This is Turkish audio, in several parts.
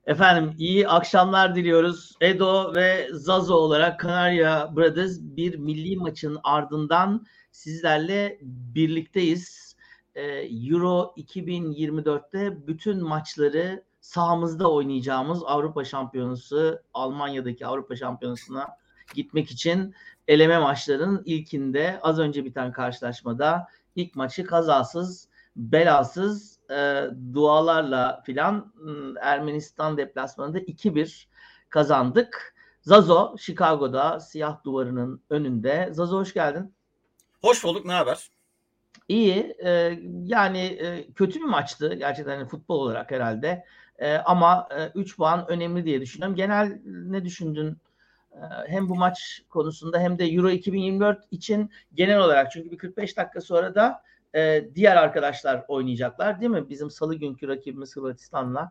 Efendim iyi akşamlar diliyoruz. Edo ve Zazo olarak Kanarya Brothers bir milli maçın ardından sizlerle birlikteyiz. Euro 2024'te bütün maçları sahamızda oynayacağımız Avrupa Şampiyonası, Almanya'daki Avrupa Şampiyonası'na gitmek için eleme maçlarının ilkinde az önce biten karşılaşmada ilk maçı kazasız belasız dualarla filan Ermenistan deplasmanında 2-1 kazandık. Zazo Chicago'da siyah duvarının önünde. Zazo hoş geldin. Hoş bulduk. Ne haber? İyi. Yani kötü bir maçtı gerçekten hani futbol olarak herhalde. Ama 3 puan önemli diye düşünüyorum. Genel ne düşündün? Hem bu maç konusunda hem de Euro 2024 için genel olarak. Çünkü bir 45 dakika sonra da diğer arkadaşlar oynayacaklar değil mi? Bizim salı günkü rakibimiz Hırvatistan'la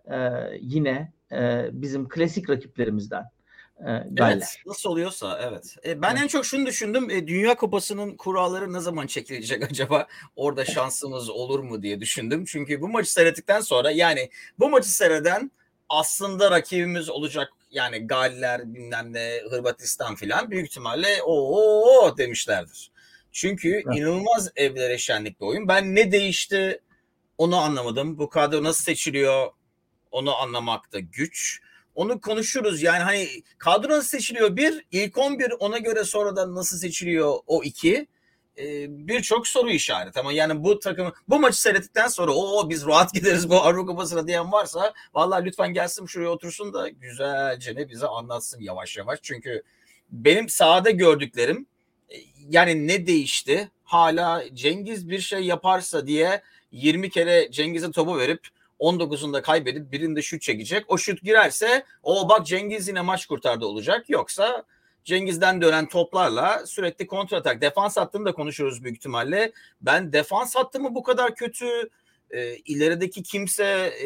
yine bizim klasik rakiplerimizden Evet. Galler. Nasıl oluyorsa evet. Ben en çok şunu düşündüm. Dünya Kupası'nın kuralları ne zaman çekilecek acaba? Orada şansımız olur mu diye düşündüm. Çünkü bu maçı seyrettikten sonra yani bu maçı seyreden aslında rakibimiz olacak. Yani Galler bilmem ne Hırvatistan filan büyük ihtimalle o demişlerdir. Çünkü inanılmaz evlere şenlikli oyun. Ben ne değişti onu anlamadım. Bu kadro nasıl seçiliyor? Onu anlamakta güç. Onu konuşuruz. Yani hani kadro nasıl seçiliyor? Bir, ilk 11 ona göre sonradan nasıl seçiliyor o iki. Birçok soru işareti ama yani bu takım bu maçı seyrettikten sonra biz rahat gideriz bu Avrupa Kupası'na diyen varsa vallahi lütfen gelsin şuraya otursun da güzelce ne bize anlatsın yavaş yavaş. Çünkü benim sahada gördüklerim yani ne değişti? Hala Cengiz bir şey yaparsa diye 20 kere Cengiz'e topu verip 19'unda kaybedip birinde şut çekecek. O şut girerse bak Cengiz yine maç kurtardı olacak. Yoksa Cengiz'den dönen toplarla sürekli kontratak. Defans hattını da konuşuyoruz büyük ihtimalle. Ben defans hattımı bu kadar kötü ilerideki kimse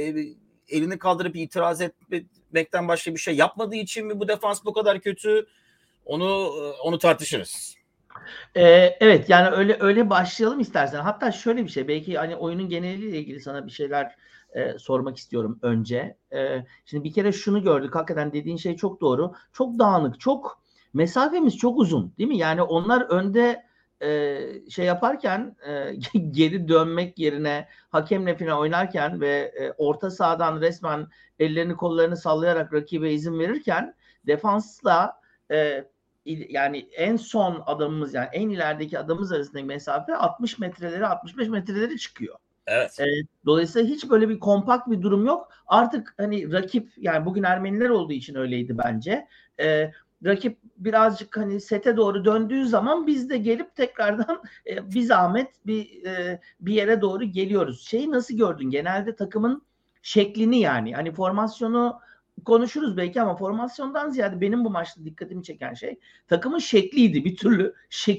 elini kaldırıp itiraz etmekten başka bir şey yapmadığı için mi bu defans bu kadar kötü? Onu tartışırız. Evet yani öyle başlayalım istersen. Hatta şöyle bir şey belki hani oyunun geneliyle ilgili sana bir şeyler sormak istiyorum önce. Şimdi bir kere şunu gördük hakikaten dediğin şey çok doğru. Çok dağınık, çok mesafemiz çok uzun değil mi? Yani onlar önde şey yaparken geri dönmek yerine hakemle falan oynarken ve orta sahadan resmen ellerini kollarını sallayarak rakibe izin verirken defansla yani en son adamımız yani en ilerideki adamımız arasındaki mesafe 60 metreleri 65 metreleri çıkıyor. Evet. Dolayısıyla hiç böyle bir kompakt bir durum yok. Artık hani rakip yani bugün Ermeniler olduğu için öyleydi bence. Rakip birazcık hani sete doğru döndüğü zaman biz de gelip tekrardan bir zahmet bir yere doğru geliyoruz. Şeyi nasıl gördün? Genelde takımın şeklini yani hani formasyonu konuşuruz belki ama formasyondan ziyade benim bu maçta dikkatimi çeken şey takımın şekliydi. Bir türlü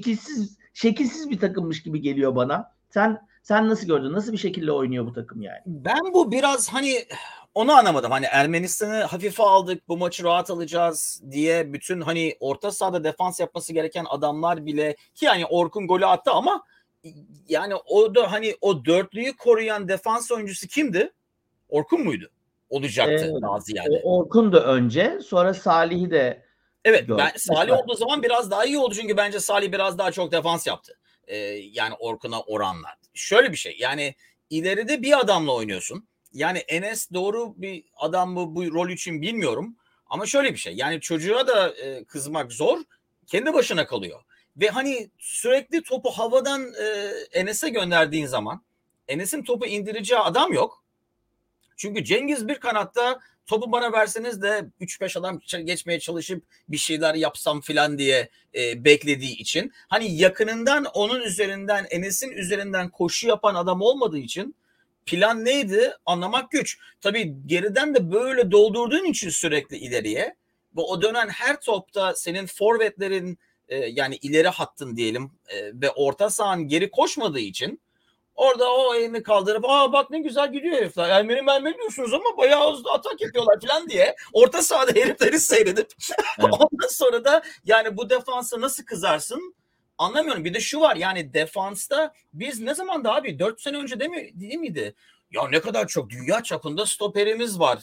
şekilsiz bir takımmış gibi geliyor bana. Sen nasıl gördün? Nasıl bir şekilde oynuyor bu takım yani? Ben bu biraz hani onu anlamadım. Hani Ermenistan'ı hafife aldık, bu maçı rahat alacağız diye bütün hani orta sahada defans yapması gereken adamlar bile ki hani Orkun golü attı ama yani o da hani o dörtlüyü koruyan defans oyuncusu kimdi? Orkun muydu? Ee, Olacaktı daha ziyade. Orkun da önce sonra Salih'i de Evet ben gördüm. Salih olduğu zaman biraz daha iyi oldu çünkü bence Salih biraz daha çok defans yaptı. Yani Orkun'a oranla. Şöyle bir şey yani ileride bir adamla oynuyorsun. Yani Enes doğru bir adam mı bu rol için bilmiyorum. Ama şöyle bir şey yani çocuğa da kızmak zor. Kendi başına kalıyor. Ve hani sürekli topu havadan Enes'e gönderdiğin zaman Enes'in topu indireceği adam yok. Çünkü Cengiz bir kanatta topu bana verseniz de 3-5 adam geçmeye çalışıp bir şeyler yapsam filan diye beklediği için hani yakınından onun üzerinden Enes'in üzerinden koşu yapan adam olmadığı için plan neydi anlamak güç. Tabii geriden de böyle doldurduğun için sürekli ileriye bu o dönen her topta senin forvetlerin yani ileri hattın diyelim ve orta sahan geri koşmadığı için orada o elini kaldırıp bak ne güzel gidiyor herifler. Ermeni diyorsunuz ama bayağı hızlı atak yapıyorlar falan diye. Orta sahada herifleri seyredip Evet. ondan sonra da yani bu defansa nasıl kızarsın anlamıyorum. Bir de şu var yani defansta biz ne zaman da abi 4 sene önce değil miydi? Ya ne kadar çok dünya çapında stoperimiz var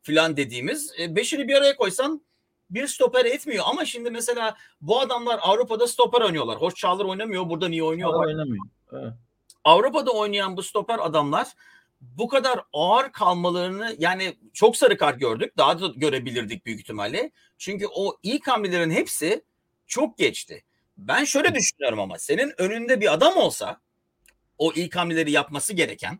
falan dediğimiz. Beşini bir araya koysan bir stoper etmiyor. Ama şimdi mesela bu adamlar Avrupa'da stoper oynuyorlar. Hoş Çağlar oynamıyor. Burada niye oynuyor? Çağlar oynamıyor. Evet. Avrupa'da oynayan bu stoper adamlar bu kadar ağır kalmalarını, yani çok sarı kart gördük. Daha da görebilirdik büyük ihtimalle. Çünkü o ilk hamlelerin hepsi çok geçti. Ben şöyle düşünüyorum, ama senin önünde bir adam olsa o ilk hamleleri yapması gereken,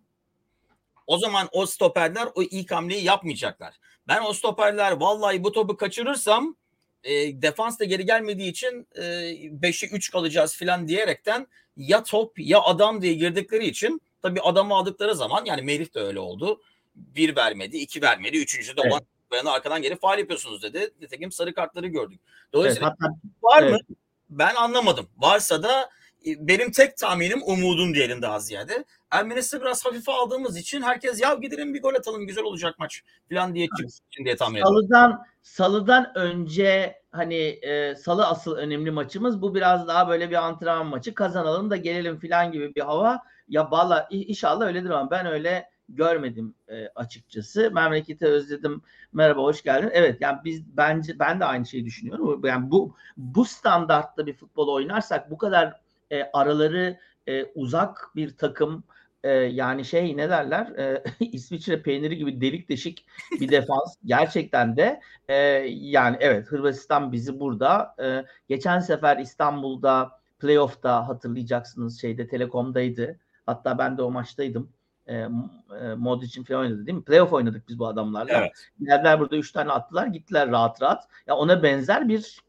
o zaman o stoperler o ilk hamleyi yapmayacaklar. Ben o stoperler vallahi bu topu kaçırırsam defans da geri gelmediği için 5'e 3 kalacağız falan diyerekten ya top ya adam diye girdikleri için, tabii adamı aldıkları zaman, yani Melih de öyle oldu. 1 vermedi, 2 vermedi, 3. de olan arkadan gelip faul yapıyorsunuz dedi. Nitekim sarı kartları gördük. Dolayısıyla hatta, var mı? Ben anlamadım. Varsa da benim tek tahminim, umudum diyelim daha ziyade, Ermenistan'ı biraz hafife aldığımız için herkes ya gidelim bir gol atalım güzel olacak maç falan diye çıksın diye tahmin ediyorum. Salıdan önce hani Salı asıl önemli maçımız. Bu biraz daha böyle bir antrenman maçı. Kazanalım da gelelim falan gibi bir hava. Ya valla inşallah öyledir ama ben öyle görmedim açıkçası. Memleketi özledim. Merhaba, hoş geldin. Evet, yani ben de aynı şeyi düşünüyorum. Yani bu standartta bir futbol oynarsak, bu kadar araları uzak bir takım, yani ne derler, İsviçre peyniri gibi delik deşik bir defans gerçekten de, yani evet, Hırvatistan bizi burada geçen sefer İstanbul'da playoff'ta, hatırlayacaksınız, Telekom'daydı, hatta ben de o maçtaydım. Modric'in falan oynadı değil mi? Playoff oynadık biz bu adamlarla. Evet. Geldiler burada 3 tane attılar, gittiler rahat rahat. Ya ona benzer bir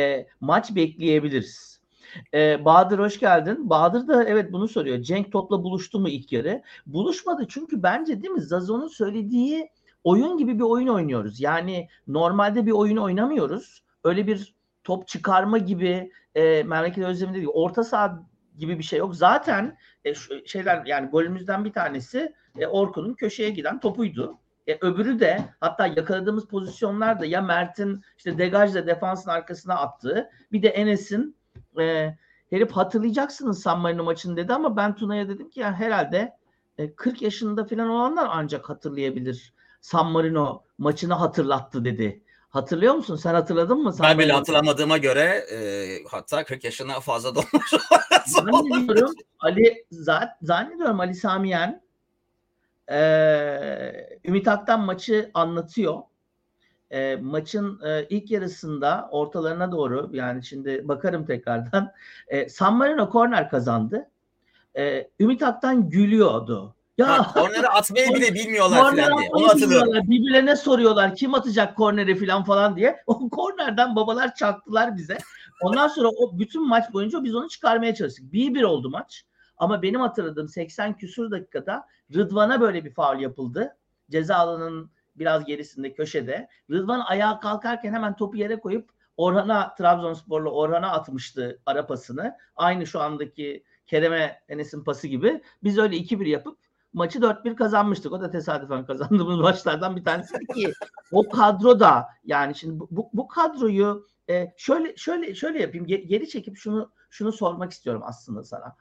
maç bekleyebiliriz. Bahadır, hoş geldin. Bahadır da evet bunu soruyor. Cenk topla buluştu mu ilk yarı? Buluşmadı çünkü bence, değil mi, Zazo'nun söylediği oyun gibi bir oyun oynuyoruz. Yani normalde bir oyun oynamıyoruz. Öyle bir top çıkarma gibi, Memleket Özlem'in dediği orta saha gibi bir şey yok. Zaten yani golümüzden bir tanesi Orkun'un köşeye giden topuydu. Öbürü de, hatta yakaladığımız pozisyonlar da ya Mert'in degajla defansın arkasına attığı, bir de Enes'in herif hatırlayacaksınız San Marino maçını dedi, ama ben Tuna'ya dedim ki yani herhalde 40 yaşında falan olanlar ancak hatırlayabilir. San Marino maçını hatırlattı dedi. Hatırlıyor musun? Sen hatırladın mı San Ben bile Marino? hatırlamadığıma göre hatta 40 yaşına fazla dolmuş. Zannediyorum Ali Samiyen Ümit Ak'tan maçı anlatıyor. Maçın ilk yarısında ortalarına doğru, yani şimdi bakarım tekrardan, San Marino korner kazandı. Ümit Ak'tan gülüyordu. Ya Kornere atmayı bile bilmiyorlar korner falan diye. Onu atmayı hatırlıyorum. bilmiyorlar. Birbirlerine soruyorlar kim atacak korneri falan diye. O kornerden babalar çaktılar bize. Ondan sonra o bütün maç boyunca biz onu çıkarmaya çalıştık. 1-1 oldu maç. Ama benim hatırladığım 80 küsur dakikada Rıdvan'a böyle bir faul yapıldı. Ceza alanının biraz gerisinde, köşede. Rıdvan ayağa kalkarken hemen topu yere koyup Trabzonsporlu Orhan'a atmıştı ara pasını. Aynı şu andaki Kerem'e Enes'in pası gibi. Biz öyle 2-1 yapıp maçı 4-1 kazanmıştık. O da tesadüfen kazandığımız maçlardan bir tanesi ki o kadro da, yani şimdi bu kadroyu şöyle yapayım, geri çekip şunu sormak istiyorum aslında sana.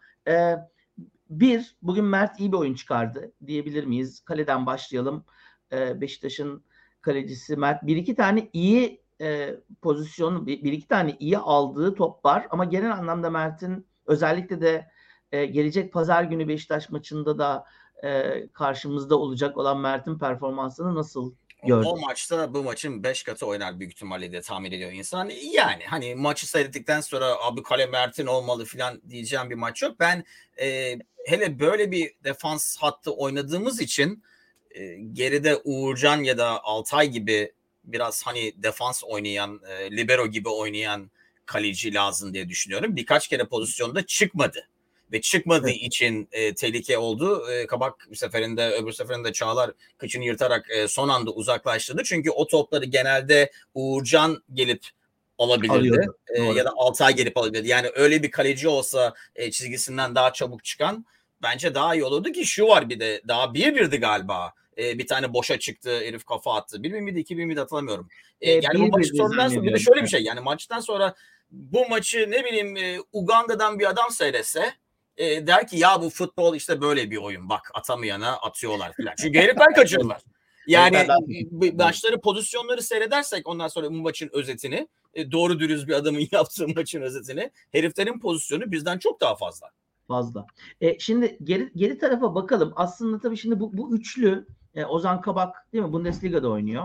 Bugün Mert iyi bir oyun çıkardı diyebilir miyiz? Kaleden başlayalım. Beşiktaş'ın kalecisi Mert bir iki tane iyi pozisyon, bir iki tane iyi aldığı top var, ama genel anlamda Mert'in, özellikle de gelecek pazar günü Beşiktaş maçında da karşımızda olacak olan Mert'in performansını nasıl gördün? O maçta bu maçın 5 katı oynar büyük ihtimalle diye tahmin ediyor insan. Yani hani maçı seyrettikten sonra abi kale Mert'in olmalı falan diyeceğim bir maç yok. Ben hele böyle bir defans hattı oynadığımız için geride Uğurcan ya da Altay gibi biraz hani defans oynayan, libero gibi oynayan kaleci lazım diye düşünüyorum. Birkaç kere pozisyonda çıkmadı. Ve çıkmadığı için tehlike oldu. Kabak bir seferinde, öbür seferinde Çağlar kıçını yırtarak son anda uzaklaştırdı. Çünkü o topları genelde Uğurcan gelip alabilirdi. Ya da Altay gelip alabilirdi. Yani öyle bir kaleci olsa çizgisinden daha çabuk çıkan, bence daha iyi olurdu ki şu var, bir de daha 1-1'di galiba. Bir tane boşa çıktı, herif kafa attı. 1 miydi 2 miydi hatırlamıyorum. Yani bu maçı sonradan sonra bir de şöyle bir şey. Yani maçtan sonra bu maçı ne bileyim Uganda'dan bir adam seyretse der ki ya bu futbol işte böyle bir oyun. Bak atamayana atıyorlar falan. Çünkü herifler kaçırırlar. Yani Ben daha çok maçları, pozisyonları seyredersek ondan sonra bu maçın özetini, doğru dürüst bir adamın yaptığı maçın özetini, heriflerin pozisyonu bizden çok daha fazla. fazla. Şimdi geri tarafa bakalım. Aslında tabii şimdi bu üçlü Ozan Kabak değil mi? Bundesliga'da oynuyor.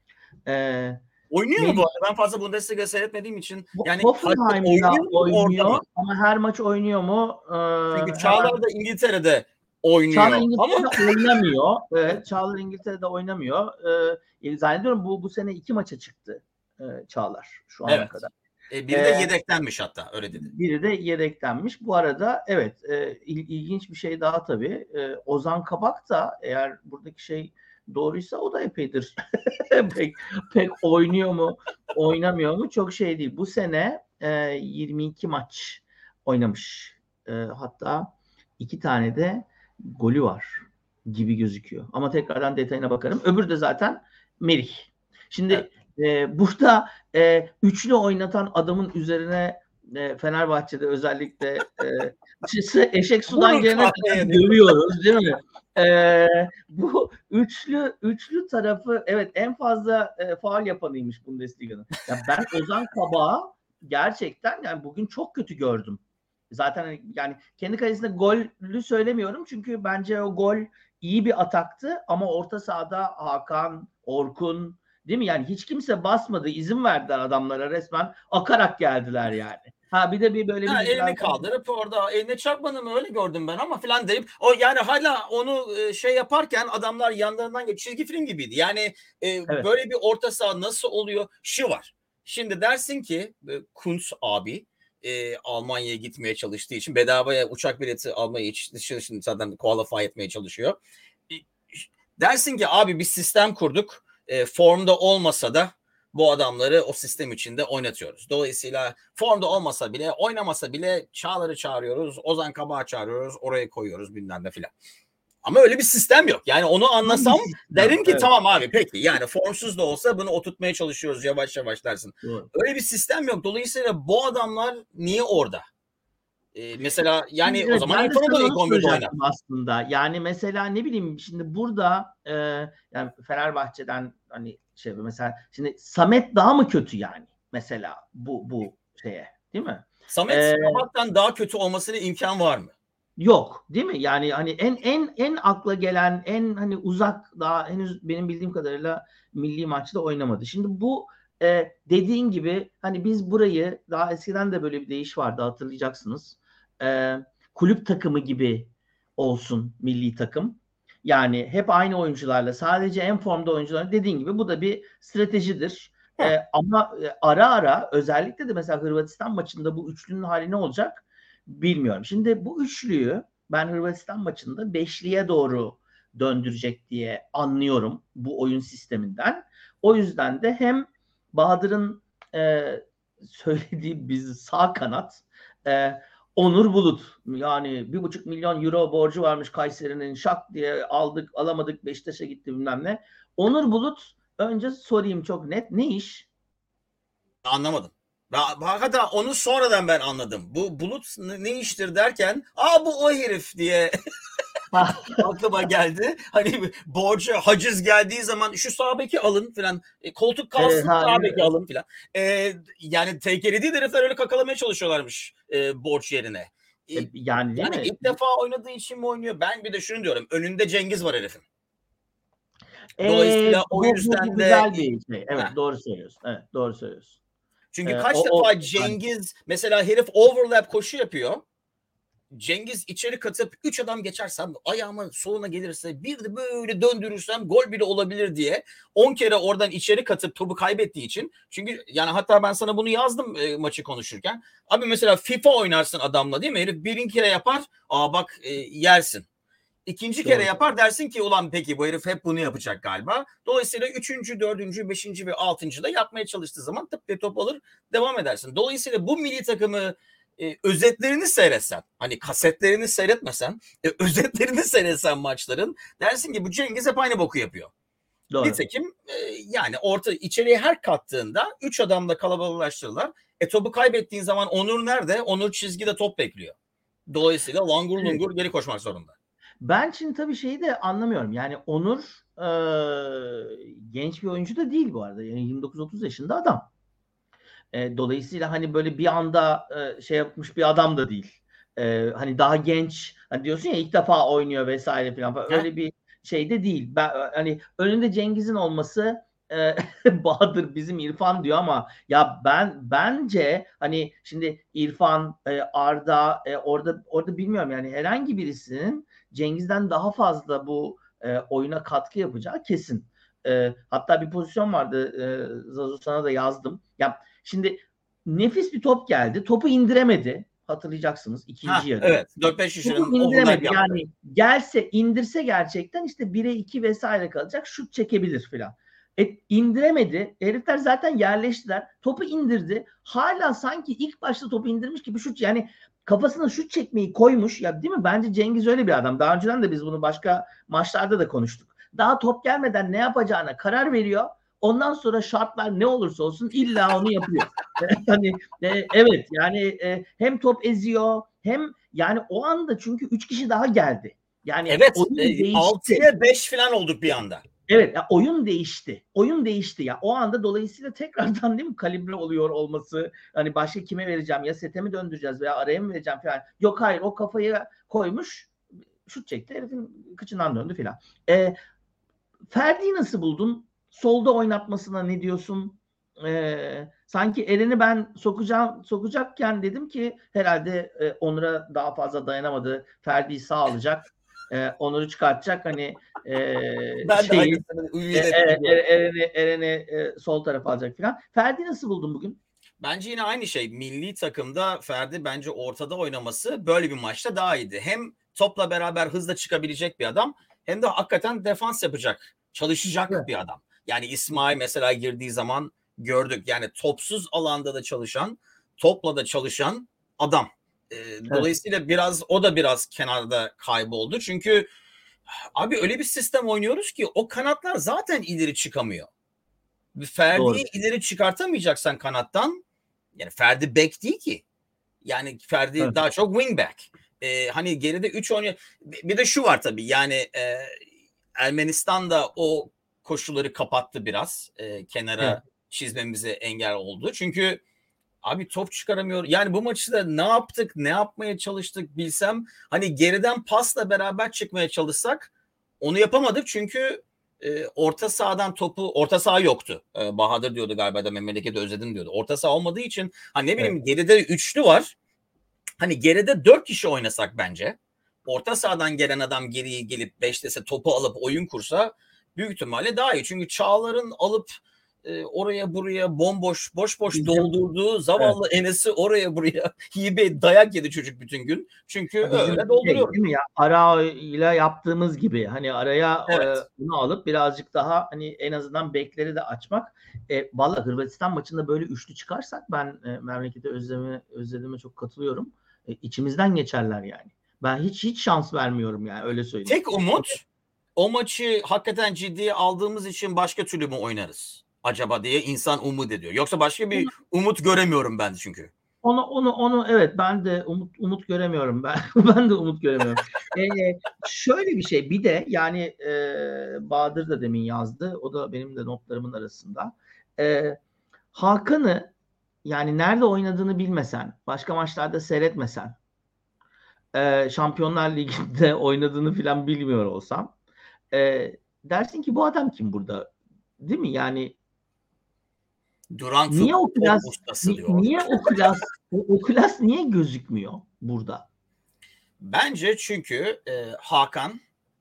Oynuyor mu Melih bu arada? Ben fazla Bundesliga seyretmediğim için yani Hoffenheim'da oynuyor mu orada oynuyor mı? ama her maç oynuyor mu? Çünkü Hemen Çağlar da İngiltere'de Çağlar oynuyor ama İngiltere'de oynamıyor. Evet, Çağlar İngiltere'de oynamıyor. Zannediyorum bu sene 2 maça çıktı Çağlar şu ana evet. kadar. Biri de yedektenmiş hatta, öyle dedi. Biri de yedeklenmiş. Bu arada evet ilginç bir şey daha tabii. Ozan Kabak da eğer buradaki şey doğruysa o da epeydir pek oynuyor mu oynamıyor mu çok şey değil. Bu sene 22 maç oynamış. Hatta 2 tane de golü var gibi gözüküyor. Ama tekrardan detayına bakarım. Öbürü de zaten Merih. Şimdi burada üçlü oynatan adamın üzerine Fenerbahçe'de özellikle eşek sudan gelene kadar görüyoruz değil mi? Bu üçlü tarafı evet en fazla faul yapanıymış Bundesliga'nın. Ya ben Ozan Kabak'ı gerçekten yani bugün çok kötü gördüm. Zaten yani kendi kalesinde golü söylemiyorum çünkü bence o gol iyi bir ataktı ama orta sahada Hakan, Orkun değil mi? Yani hiç kimse basmadı, izin verdiler adamlara resmen akarak geldiler yani. Ha bir de böyle bir elini kaldırıp orada eline çarpmanı mı öyle gördüm ben ama filan deyip o yani hala onu şey yaparken adamlar yanlarından geçip çizgi film gibiydi. Yani evet. Böyle bir orta saha nasıl oluyor? Şu var. Şimdi dersin ki Kuntz abi Almanya'ya gitmeye çalıştığı için bedavaya uçak bileti almayı için zaten qualify etmeye çalışıyor. Dersin ki abi bir sistem kurduk. Formda olmasa da bu adamları o sistem içinde oynatıyoruz. Dolayısıyla formda olmasa bile, oynamasa bile Çağlar'ı çağırıyoruz, Ozan Kabak'ı çağırıyoruz, oraya koyuyoruz bilmem ne filan. Ama öyle bir sistem yok. Yani onu anlasam derim ki evet. Tamam abi peki yani formsuz da olsa bunu oturtmaya çalışıyoruz yavaş yavaş dersin. Doğru. Öyle bir sistem yok. Dolayısıyla bu adamlar niye orada? Mesela yani evet, o zaman İrfan'ı da ilk 11'de oynar. Aslında yani mesela ne bileyim şimdi burada yani Fenerbahçe'den hani şey mesela şimdi Samet daha mı kötü yani mesela bu şeye değil mi? Samet Kabak'tan daha kötü olmasına imkan var mı? Yok değil mi? Yani hani en akla gelen en hani uzak daha henüz benim bildiğim kadarıyla milli maçta oynamadı. Şimdi bu dediğin gibi hani biz burayı daha eskiden de böyle bir deyiş vardı hatırlayacaksınız. Kulüp takımı gibi olsun milli takım. Yani hep aynı oyuncularla sadece en formda oyuncular dediğin gibi bu da bir stratejidir. Ama ara ara özellikle de mesela Hırvatistan maçında bu üçlünün hali ne olacak bilmiyorum. Şimdi bu üçlüyü ben Hırvatistan maçında beşliye doğru döndürecek diye anlıyorum bu oyun sisteminden. O yüzden de hem Bahadır'ın söylediği biz sağ kanat Onur Bulut yani 1,5 milyon euro borcu varmış Kayseri'nin şak diye alamadık Beşiktaş'a gitti bilmem ne. Onur Bulut önce sorayım çok net ne iş? Anlamadım. Hakikaten onu sonradan ben anladım. Bu Bulut ne iştir derken bu o herif diye aklıma geldi. Hani borcu haciz geldiği zaman şu sağ beki alın filan. Koltuk kalsın sağ beki alın filan. Yani tehlikeli değil herifler öyle kakalamaya çalışıyorlarmış borç yerine. Yani değil mi? İlk defa oynadığı için mi oynuyor? Ben bir de şunu diyorum. Önünde Cengiz var herifin. Dolayısıyla o yüzden bu güzel bir şey. Evet doğru söylüyorsun. Evet doğru söylüyorsun. Çünkü kaç defa Cengiz mesela herif overlap koşu yapıyor. Cengiz içeri katıp 3 adam geçersem ayağımın soluna gelirse bir de böyle döndürürsem gol bile olabilir diye 10 kere oradan içeri katıp topu kaybettiği için. Çünkü yani hatta ben sana bunu yazdım maçı konuşurken. Abi mesela FIFA oynarsın adamla değil mi? Herif birinci kere yapar. Bak yersin. İkinci kere yapar dersin ki ulan peki bu herif hep bunu yapacak galiba. Dolayısıyla 3. 4. 5. ve 6. da yapmaya çalıştığı zaman tıp top alır devam edersin. Dolayısıyla bu milli takımı özetlerini seyretsen hani kasetlerini seyretmesen özetlerini seyretsen maçların dersin ki bu Cengiz hep aynı boku yapıyor. Doğru. Nitekim yani içeriye her kattığında 3 adamla kalabalıklaştırırlar. Topu kaybettiğin zaman Onur nerede? Onur çizgide top bekliyor. Dolayısıyla langur lungur geri koşmak zorunda. Ben şimdi tabii şeyi de anlamıyorum. Yani Onur genç bir oyuncu da değil bu arada. Yani 29-30 yaşında adam. Dolayısıyla hani böyle bir anda şey yapmış bir adam da değil. Hani daha genç, hani diyorsun ya ilk defa oynuyor vesaire falan. Heh. Öyle bir şey de değil. Ben hani önünde Cengiz'in olması Bahadır bizim İrfan diyor ama ya bence hani şimdi İrfan, Arda, orada bilmiyorum yani herhangi birisinin Cengiz'den daha fazla bu oyuna katkı yapacağı kesin. Hatta bir pozisyon vardı. Zazu sana da yazdım. Ya şimdi nefis bir top geldi. Topu indiremedi. Hatırlayacaksınız ikinci yarı. Evet. 4-5 Topu kişinin overlap indiremedi. yaptı. Yani gelse indirse gerçekten işte 1'e 2 vesaire kalacak. Şut çekebilir filan. İndiremedi. Herifler zaten yerleştiler. Topu indirdi. Hala sanki ilk başta topu indirmiş gibi şut yani kafasına şut çekmeyi koymuş. Ya değil mi? Bence Cengiz öyle bir adam. Daha önceden de biz bunu başka maçlarda da konuştuk. Daha top gelmeden ne yapacağına karar veriyor. Ondan sonra şartlar ne olursa olsun illa onu yapıyor. Hani evet yani hem top eziyor hem yani o anda çünkü 3 kişi daha geldi. Yani Evet. oyun değişti. 6'ya 5 falan olduk bir anda. Evet ya oyun değişti. Oyun değişti ya. O anda dolayısıyla tekrardan değil mi kalibre oluyor olması. Hani başka kime vereceğim ya sete mi döndüreceğiz veya araya mı vereceğim falan. Yok hayır o kafayı koymuş şut çekti herifin kıçından döndü filan. Ferdi'yi nasıl buldun? Solda oynatmasına ne diyorsun? Sanki Eren'i ben sokacakken dedim ki herhalde Onur'a daha fazla dayanamadı. Ferdi'yi sağ alacak. Onur'u çıkartacak. Hani Ben de şeyi aynısını ümit ettim. Eren'i sol tarafa alacak falan. Ferdi nasıl buldun bugün? Bence yine aynı şey. Milli takımda Ferdi bence ortada oynaması böyle bir maçta daha iyiydi. Hem topla beraber hızla çıkabilecek bir adam hem de hakikaten defans yapacak, çalışacak Evet. bir adam. Yani İsmail mesela girdiği zaman gördük. Yani topsuz alanda da çalışan, topla da çalışan adam. Evet. Dolayısıyla o da biraz kenarda kayboldu. Çünkü abi öyle bir sistem oynuyoruz ki o kanatlar zaten ileri çıkamıyor. Doğru. Ferdi'yi ileri çıkartamayacaksan kanattan yani Ferdi bek değil ki. Yani Ferdi Evet. daha çok wing back. Hani geride 3 oynuyor. Bir de şu var tabii yani Ermenistan da o koşulları kapattı biraz. Evet. Kenara çizmemize engel oldu. Çünkü abi top çıkaramıyor. Yani bu maçı da ne yaptık, ne yapmaya çalıştık bilsem. Hani geriden pasla beraber çıkmaya çalışsak onu yapamadık. Çünkü orta saha yoktu. Bahadır diyordu galiba da memleketi özledim diyordu. Orta saha olmadığı için hani ne Evet. bileyim geride üçlü var. Hani geride 4 kişi oynasak bence. Orta sahadan gelen adam geriye gelip 5 dese topu alıp oyun kursa büyük ihtimalle daha iyi. Çünkü Çağlar'ın alıp oraya buraya boş boş Bizim doldurduğu evet. zavallı Enes'i oraya buraya hibe dayak yedi çocuk bütün gün. Çünkü Bizim öyle şey dolduruyor. değil mi ya ara ile yaptığımız gibi hani araya Evet. bunu alıp birazcık daha hani en azından bekleri de açmak. Valla Hırvatistan maçında böyle üçlü çıkarsak ben memleketi özlediğime çok katılıyorum. İçimizden geçerler yani. Ben hiç şans vermiyorum yani öyle söyleyeyim. Tek umut o maçı hakikaten ciddiye aldığımız için başka türlü mü oynarız acaba diye insan umut ediyor. Yoksa başka bir umut göremiyorum ben çünkü. Onu evet ben de umut göremiyorum ben. Ben de umut göremiyorum. Şöyle bir şey bir de yani Bahadır da demin yazdı. O da benim de notlarımın arasında. Hakan'ı yani nerede oynadığını bilmesen, başka maçlarda seyretmesen, Şampiyonlar Ligi'nde oynadığını falan bilmiyor olsam dersin ki bu adam kim burada? Değil mi? Yani Duran niye o top klas ustası diyor. niye o klas niye gözükmüyor burada? Bence çünkü Hakan,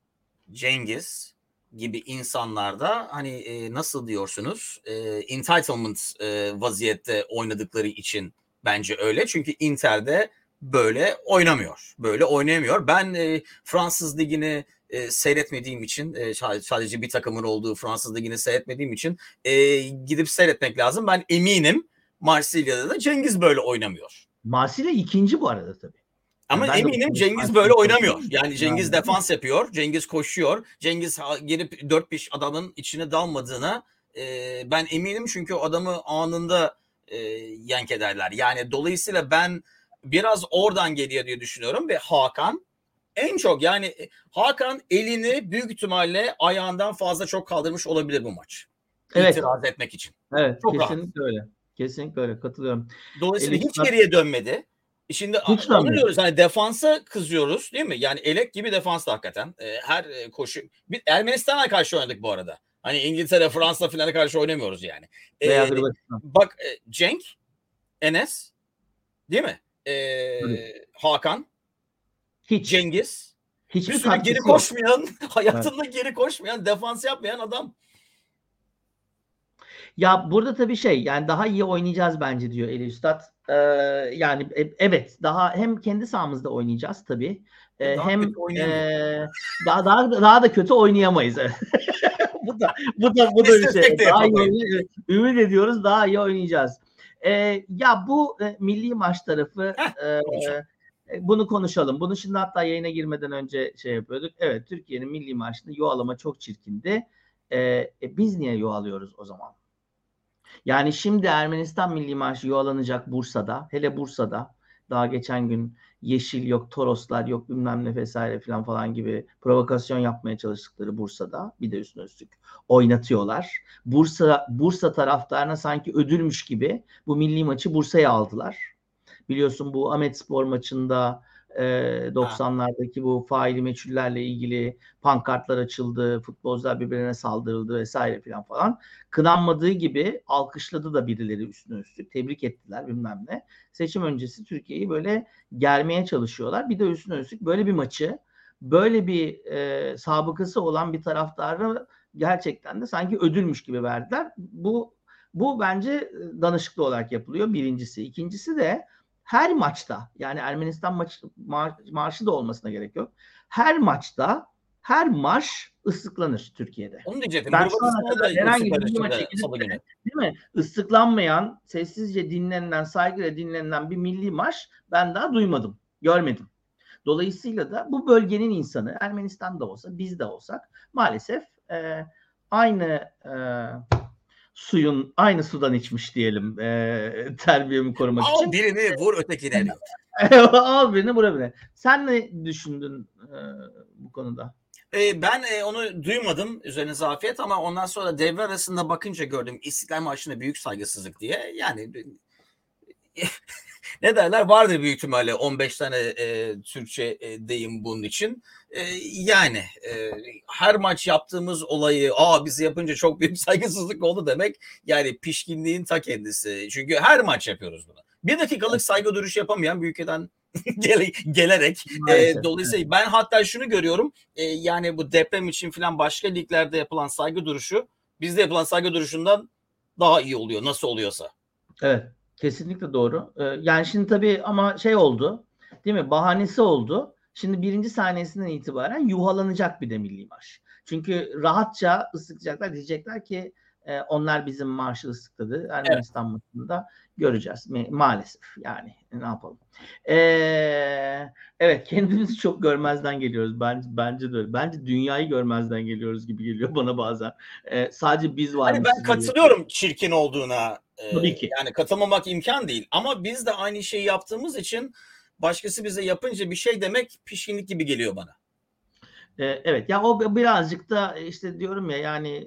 Cengiz gibi insanlarda hani nasıl diyorsunuz entitlement vaziyette oynadıkları için bence öyle. Çünkü Inter'de böyle oynamıyor. Böyle oynayamıyor. Ben Fransız ligini seyretmediğim için sadece bir takımın olduğu Fransız ligini seyretmediğim için gidip seyretmek lazım. Ben eminim Marsilya'da da Cengiz böyle oynamıyor. Marsilya ikinci bu arada tabii. Ama Yani ben de eminim okuyorum Cengiz böyle Marsilya'yı oynamıyor. konuşuyorum. Yani Cengiz Yani, defans yapıyor. Cengiz koşuyor. Cengiz gelip 4-5 adamın içine dalmadığına ben eminim çünkü o adamı anında yank ederler. Yani dolayısıyla ben biraz oradan geliyor diye düşünüyorum ve Hakan En çok yani Hakan elini büyük ihtimalle ayağından fazla çok kaldırmış olabilir bu maç. Evet. İtiraz etmek için. Evet, Çok rahat. kesinlikle öyle. Kesinlikle öyle. Katılıyorum. Dolayısıyla hiç Elif'ten geriye dönmedi. Şimdi hiç onu dönmedi. diyoruz hani defansa kızıyoruz değil mi? Yani elek gibi defans da hakikaten. Her koşu. Bir Ermenistan'a karşı oynadık bu arada. Hani İngiltere, Fransa filan'a karşı oynamıyoruz yani. Veya Hırvatistan. Bak Cenk, Enes değil mi? Tabii. Hakan, Hiç. Cengiz. Bir Hiçbir sürü geri katkısı yok. koşmayan, Evet. hayatında geri koşmayan, defans yapmayan adam. Ya burada tabii yani daha iyi oynayacağız bence diyor Eli Üstad. Yani evet daha hem kendi sahamızda oynayacağız tabii. Daha Hem kötü oynayamayız. daha da kötü oynayamayız. bu da bir şey. İstesek de Daha iyi yapamayız. ümit ediyoruz daha iyi oynayacağız. Ya bu milli maç tarafı Konuşalım. bunu konuşalım. Bunu şimdi hatta yayına girmeden önce şey yapıyorduk. Evet, Türkiye'nin milli maçında yuvalama çok çirkindi. Biz niye yuvalıyoruz o zaman? Yani şimdi Ermenistan milli marşı yuvalanacak Bursa'da. Hele Bursa'da daha geçen gün Yeşil yok, Toroslar yok bilmem ne vesaire falan gibi provokasyon yapmaya çalıştıkları Bursa'da bir de üstüne üstlük oynatıyorlar. Bursa taraftarına sanki ödülmüş gibi bu milli maçı Bursa'ya aldılar. Biliyorsun bu Ahmetspor maçında 90'lardaki bu faili meçhullerle ilgili pankartlar açıldı, futbolcular birbirine saldırıldı vesaire falan. Kınanmadığı gibi alkışladı da birileri üstüne üstlük. Tebrik ettiler bilmem ne. Seçim öncesi Türkiye'yi böyle germeye çalışıyorlar. Bir de üstüne üstlük böyle bir maçı, böyle bir sabıkası olan bir taraftarı gerçekten de sanki ödülmüş gibi verdiler. Bu bence danışıklı olarak yapılıyor birincisi. İkincisi de her maçta yani Ermenistan marşı da olmasına gerek yok. Her maçta her marş ıslıklanır Türkiye'de. Onu diyecektim. Ben şu ana Hırvatistan'a kadar da herhangi bir milli maça Süper gidip Salı de günü. değil mi? Islıklanmayan, sessizce dinlenilen, saygıyla dinlenilen bir milli marş ben daha duymadım, görmedim. Dolayısıyla da bu bölgenin insanı Ermenistan'da olsa biz de olsak maalesef aynı aynı sudan içmiş diyelim terbiyemi korumak Al için. birini vur ötekini eriyor. Al birini bura birini. Sen ne düşündün bu konuda? Ben onu duymadım üzerinize afiyet ama ondan sonra devre arasında bakınca gördüm İstiklal Marşı'na büyük saygısızlık diye. Yani ne derler vardır büyük ihtimalle 15 tane Türkçe deyim bunun için. Yani her maç yaptığımız olayı biz yapınca çok büyük saygısızlık oldu demek yani pişkinliğin ta kendisi. Çünkü her maç yapıyoruz bunu. Bir dakikalık saygı duruşu yapamayan bir ülkeden gelerek dolayısıyla ben hatta şunu görüyorum yani bu deprem için falan başka liglerde yapılan saygı duruşu bizde yapılan saygı duruşundan daha iyi oluyor nasıl oluyorsa. Evet, kesinlikle doğru. Yani şimdi tabii ama şey oldu değil mi? Bahanesi oldu. Şimdi birinci sahnesinden itibaren yuhalanacak bir de milli marş. Çünkü rahatça ıslıklayacaklar diyecekler ki onlar bizim marşı ıslıkladı. Ermenistan maçında göreceğiz. Maalesef yani ne yapalım. Evet kendimizi çok görmezden geliyoruz. Bence de öyle. Bence dünyayı görmezden geliyoruz gibi geliyor bana bazen. Sadece biz Hani ben varmışız gibi. katılıyorum çirkin olduğuna. Tabii ki. Yani katılmamak imkan değil. Ama biz de aynı şeyi yaptığımız için başkası bize yapınca bir şey demek pişkinlik gibi geliyor bana. Evet ya o birazcık da işte diyorum ya yani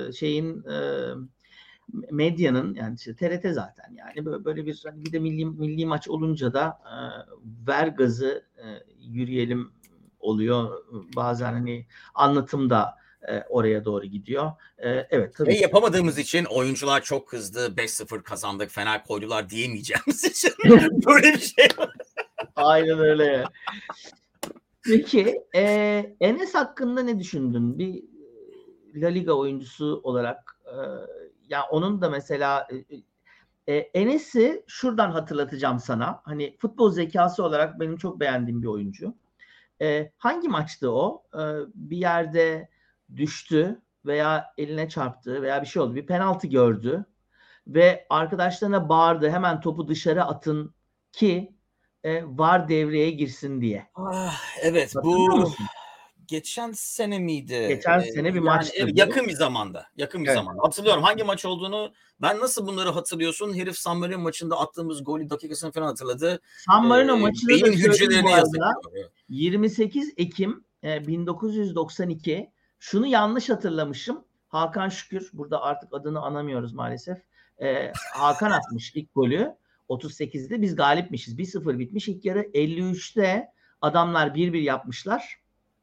medyanın yani işte TRT zaten yani böyle bir hani bir de milli maç olunca da ver gazı yürüyelim oluyor. Bazen hani anlatım da oraya doğru gidiyor. Evet tabii ki. Yapamadığımız için oyuncular çok kızdı. 5-0 kazandık. Fena koydular diyemeyeceğimiz için böyle bir şey var. Aynen öyle. Peki Enes hakkında ne düşündün? Bir La Liga oyuncusu olarak ya onun da mesela Enes'i şuradan hatırlatacağım sana. Hani futbol zekası olarak benim çok beğendiğim bir oyuncu. Hangi maçtı o? Bir yerde düştü veya eline çarptı veya bir şey oldu. Bir penaltı gördü ve arkadaşlarına bağırdı. Hemen topu dışarı atın ki VAR devreye girsin diye. Evet Hatırlıyor bu musun? geçen sene miydi? Geçen sene bir Yani maçtı bu. yakın bir zamanda. Yakın bir Evet. zamanda. Hatırlıyorum hangi maç olduğunu. Ben nasıl bunları hatırlıyorsun? Herif San Marino maçında attığımız golü dakikasını falan hatırladı. San Marino maçını da Beyin söyleyeyim hücrelerine bu yazık. arada. 28 Ekim 1992. Şunu yanlış hatırlamışım. Hakan Şükür, burada artık adını anamıyoruz maalesef. Hakan atmış ilk golü 38'de. Biz galipmişiz. 1-0 bitmiş ilk yarı. 53'te adamlar 1-1 yapmışlar.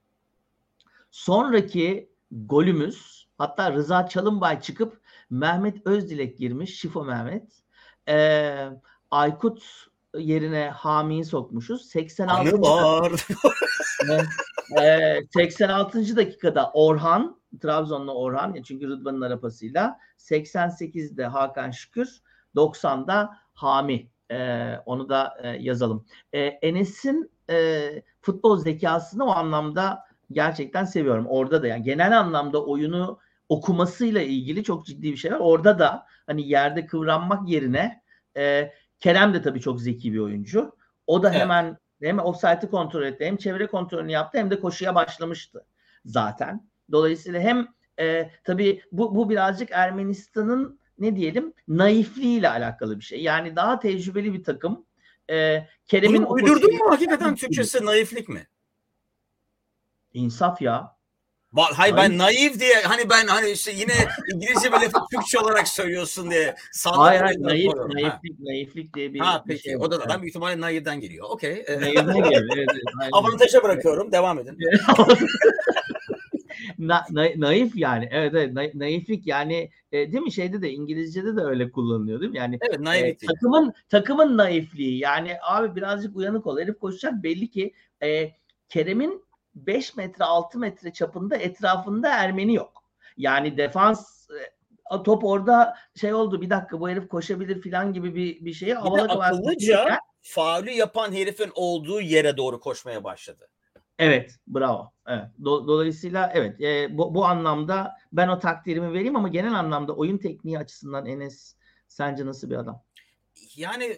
Sonraki golümüz, hatta Rıza Çalınbay çıkıp Mehmet Özdilek girmiş. Şifo Mehmet. Aykut yerine Hami'yi sokmuşuz. 86. Anılar. 86. dakikada Orhan, Trabzonlu Orhan, çünkü Rıdvan'ın arapasıyla, 88'de Hakan Şükür, 90'da Hami. Onu da yazalım. Enes'in futbol zekasını o anlamda gerçekten seviyorum. Orada da yani genel anlamda oyunu okumasıyla ilgili çok ciddi bir şey var. Orada da hani yerde kıvranmak yerine Kerem de tabii çok zeki bir oyuncu. O da hemen hem offside'ı kontrol etti, hem çevre kontrolünü yaptı, hem de koşuya başlamıştı zaten. Dolayısıyla hem tabii bu birazcık Ermenistan'ın ne diyelim naifliğiyle alakalı bir şey. Yani daha tecrübeli bir takım. Kerem'in Bunu uydurdun mu hakikaten, Türkçesi naiflik mi? İnsaf ya. Hayır, ben naif diye hani işte yine İngilizce böyle Türkçe olarak söylüyorsun diye sandım. Hayır naiflik diye bir peki. şey. O da büyük ihtimalle naifden geliyor. Okey. Naifden geliyor. Evet. Avantaja bırakıyorum. Devam edin. Naif yani. Evet. Naiflik yani değil mi? Şeyde de, İngilizce'de de öyle kullanılıyor değil mi? Yani evet, naiflik. Takımın naifliği. Yani abi birazcık uyanık ol. Herif koşacak, belli ki Kerem'in 5 metre 6 metre çapında etrafında Ermeni yok. Yani defans top orada şey oldu, bir dakika bu herif koşabilir falan gibi bir şeye havalı akıllıca faulü yapan herifin olduğu yere doğru koşmaya başladı. Evet, bravo. Evet. Dolayısıyla evet, bu anlamda ben o takdirimi vereyim, ama genel anlamda oyun tekniği açısından Enes sence nasıl bir adam? Yani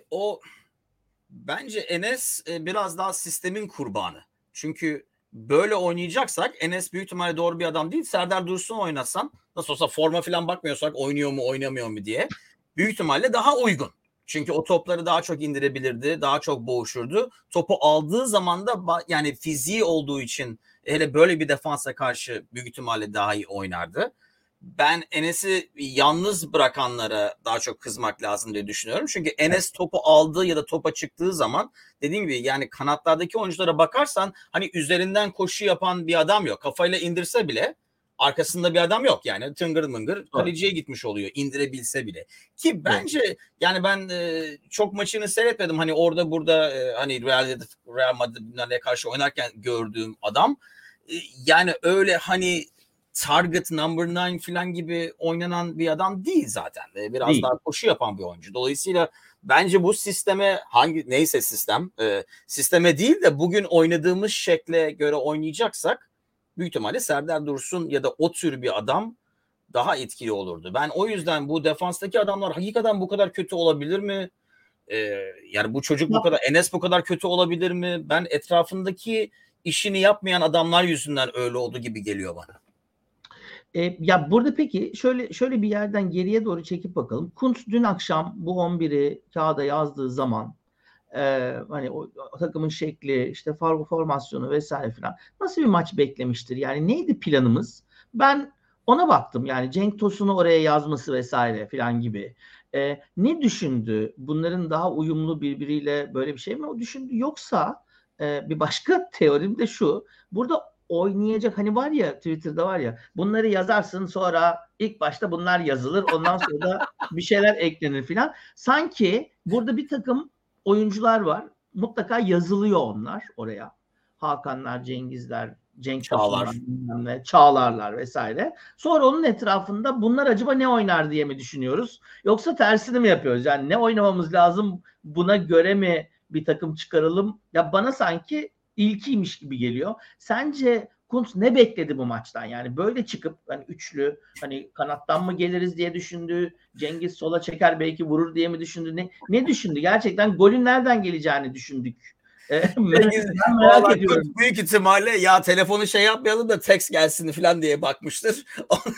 bence Enes biraz daha sistemin kurbanı. Çünkü böyle oynayacaksak Enes büyük ihtimalle doğru bir adam değil. Serdar Dursun'u oynatsan, nasıl olsa forma falan bakmıyorsak oynuyor mu oynamıyor mu diye, büyük ihtimalle daha uygun. Çünkü o topları daha çok indirebilirdi, daha çok boğuşurdu. Topu aldığı zaman da yani fiziği olduğu için hele böyle bir defansa karşı büyük ihtimalle daha iyi oynardı. Ben Enes'i yalnız bırakanlara daha çok kızmak lazım diye düşünüyorum. Çünkü Enes topu aldığı ya da topa çıktığı zaman, dediğim gibi yani kanatlardaki oyunculara bakarsan hani üzerinden koşu yapan bir adam yok. Kafayla indirse bile arkasında bir adam yok. Yani tıngır mıngır kaleciye gitmiş oluyor indirebilse bile. Ki bence yani ben çok maçını seyretmedim. Hani orada burada hani Real Madrid'e karşı oynarken gördüğüm adam yani öyle hani target number 9 falan gibi oynanan bir adam değil zaten. Biraz değil. Daha koşu yapan bir oyuncu. Dolayısıyla bence bu sisteme neyse sisteme değil de bugün oynadığımız şekle göre oynayacaksak büyük ihtimalle Serdar Dursun ya da o tür bir adam daha etkili olurdu. Ben o yüzden bu defanstaki adamlar hakikaten bu kadar kötü olabilir mi? Yani bu çocuk bu kadar, Enes bu kadar kötü olabilir mi? Ben etrafındaki işini yapmayan adamlar yüzünden öyle oldu gibi geliyor bana. Ya burada peki şöyle bir yerden geriye doğru çekip bakalım. Kuntz dün akşam bu 11'i kağıda yazdığı zaman hani o takımın şekli, işte formasyonu vesaire falan, nasıl bir maç beklemiştir? Yani neydi planımız? Ben ona baktım. Yani Cenk Tosun'u oraya yazması vesaire falan gibi. Ne düşündü? Bunların daha uyumlu birbiriyle böyle bir şey mi o düşündü? Yoksa bir başka teorim de şu. Burada oynayacak, hani var ya, Twitter'da var ya, bunları yazarsın, sonra ilk başta bunlar yazılır, ondan sonra da bir şeyler eklenir filan. Sanki burada bir takım oyuncular var, mutlaka yazılıyor onlar oraya. Hakanlar, Cengizler, Cenk Tosunlar, Çağlarlar vesaire. Sonra onun etrafında bunlar acaba ne oynar diye mi düşünüyoruz? Yoksa tersini mi yapıyoruz? Yani ne oynamamız lazım, buna göre mi bir takım çıkaralım? Ya bana sanki ilkiymiş gibi geliyor. Sence Kuntz ne bekledi bu maçtan? Yani böyle çıkıp hani üçlü, hani kanattan mı geliriz diye düşündü. Cengiz sola çeker belki vurur diye mi düşündü? Ne düşündü? Gerçekten golün nereden geleceğini düşündük Cengiz Ben merak valla ediyorum. çok büyük ihtimalle ya telefonu şey yapmayalım da text gelsin falan diye bakmıştır.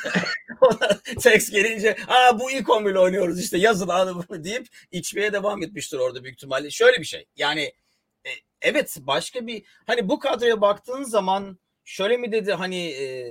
Ona text gelince bu ilk 11 ile oynuyoruz işte yazın abi deyip içmeye devam etmiştir orada büyük ihtimalle. Şöyle bir şey yani evet başka bir hani bu kadroya baktığın zaman şöyle mi dedi hani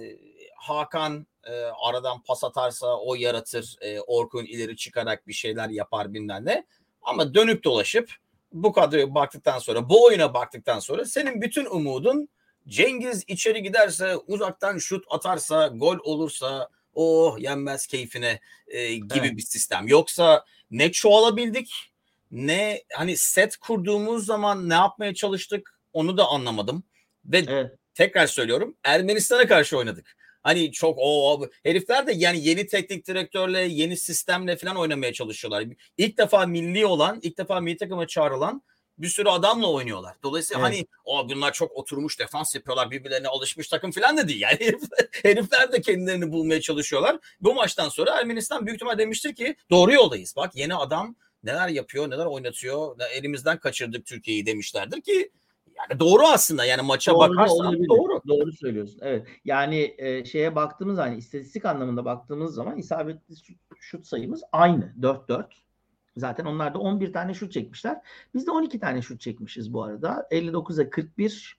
Hakan aradan pas atarsa o yaratır, Orkun ileri çıkarak bir şeyler yapar bilmem ne. Ama dönüp dolaşıp bu kadroya baktıktan sonra, bu oyuna baktıktan sonra senin bütün umudun Cengiz içeri giderse, uzaktan şut atarsa, gol olursa oh yenmez keyfine gibi Evet. bir sistem. Yoksa ne çoğalabildik ne hani set kurduğumuz zaman ne yapmaya çalıştık onu da anlamadım. Ve Evet. tekrar söylüyorum Ermenistan'a karşı oynadık. Hani çok herifler de yani yeni teknik direktörle, yeni sistemle falan oynamaya çalışıyorlar. İlk defa milli olan, ilk defa milli takıma çağrılan bir sürü adamla oynuyorlar. Dolayısıyla Evet. hani bunlar çok oturmuş defans yapıyorlar, birbirlerine alışmış takım falan da değil. Yani herifler de kendilerini bulmaya çalışıyorlar. Bu maçtan sonra Ermenistan büyük ihtimal demiştir ki doğru yoldayız. Bak yeni adam neler yapıyor, neler oynatıyor. Elimizden kaçırdık Türkiye'yi demişlerdir ki yani doğru aslında. Yani maça Doğru da bakarsan olabilir. doğru. Doğru söylüyorsun. Evet. Yani şeye baktığımız hani istatistik anlamında baktığımız zaman isabetli şut sayımız aynı. 4-4. Zaten onlar da 11 tane şut çekmişler. Biz de 12 tane şut çekmişiz bu arada. 59'a 41.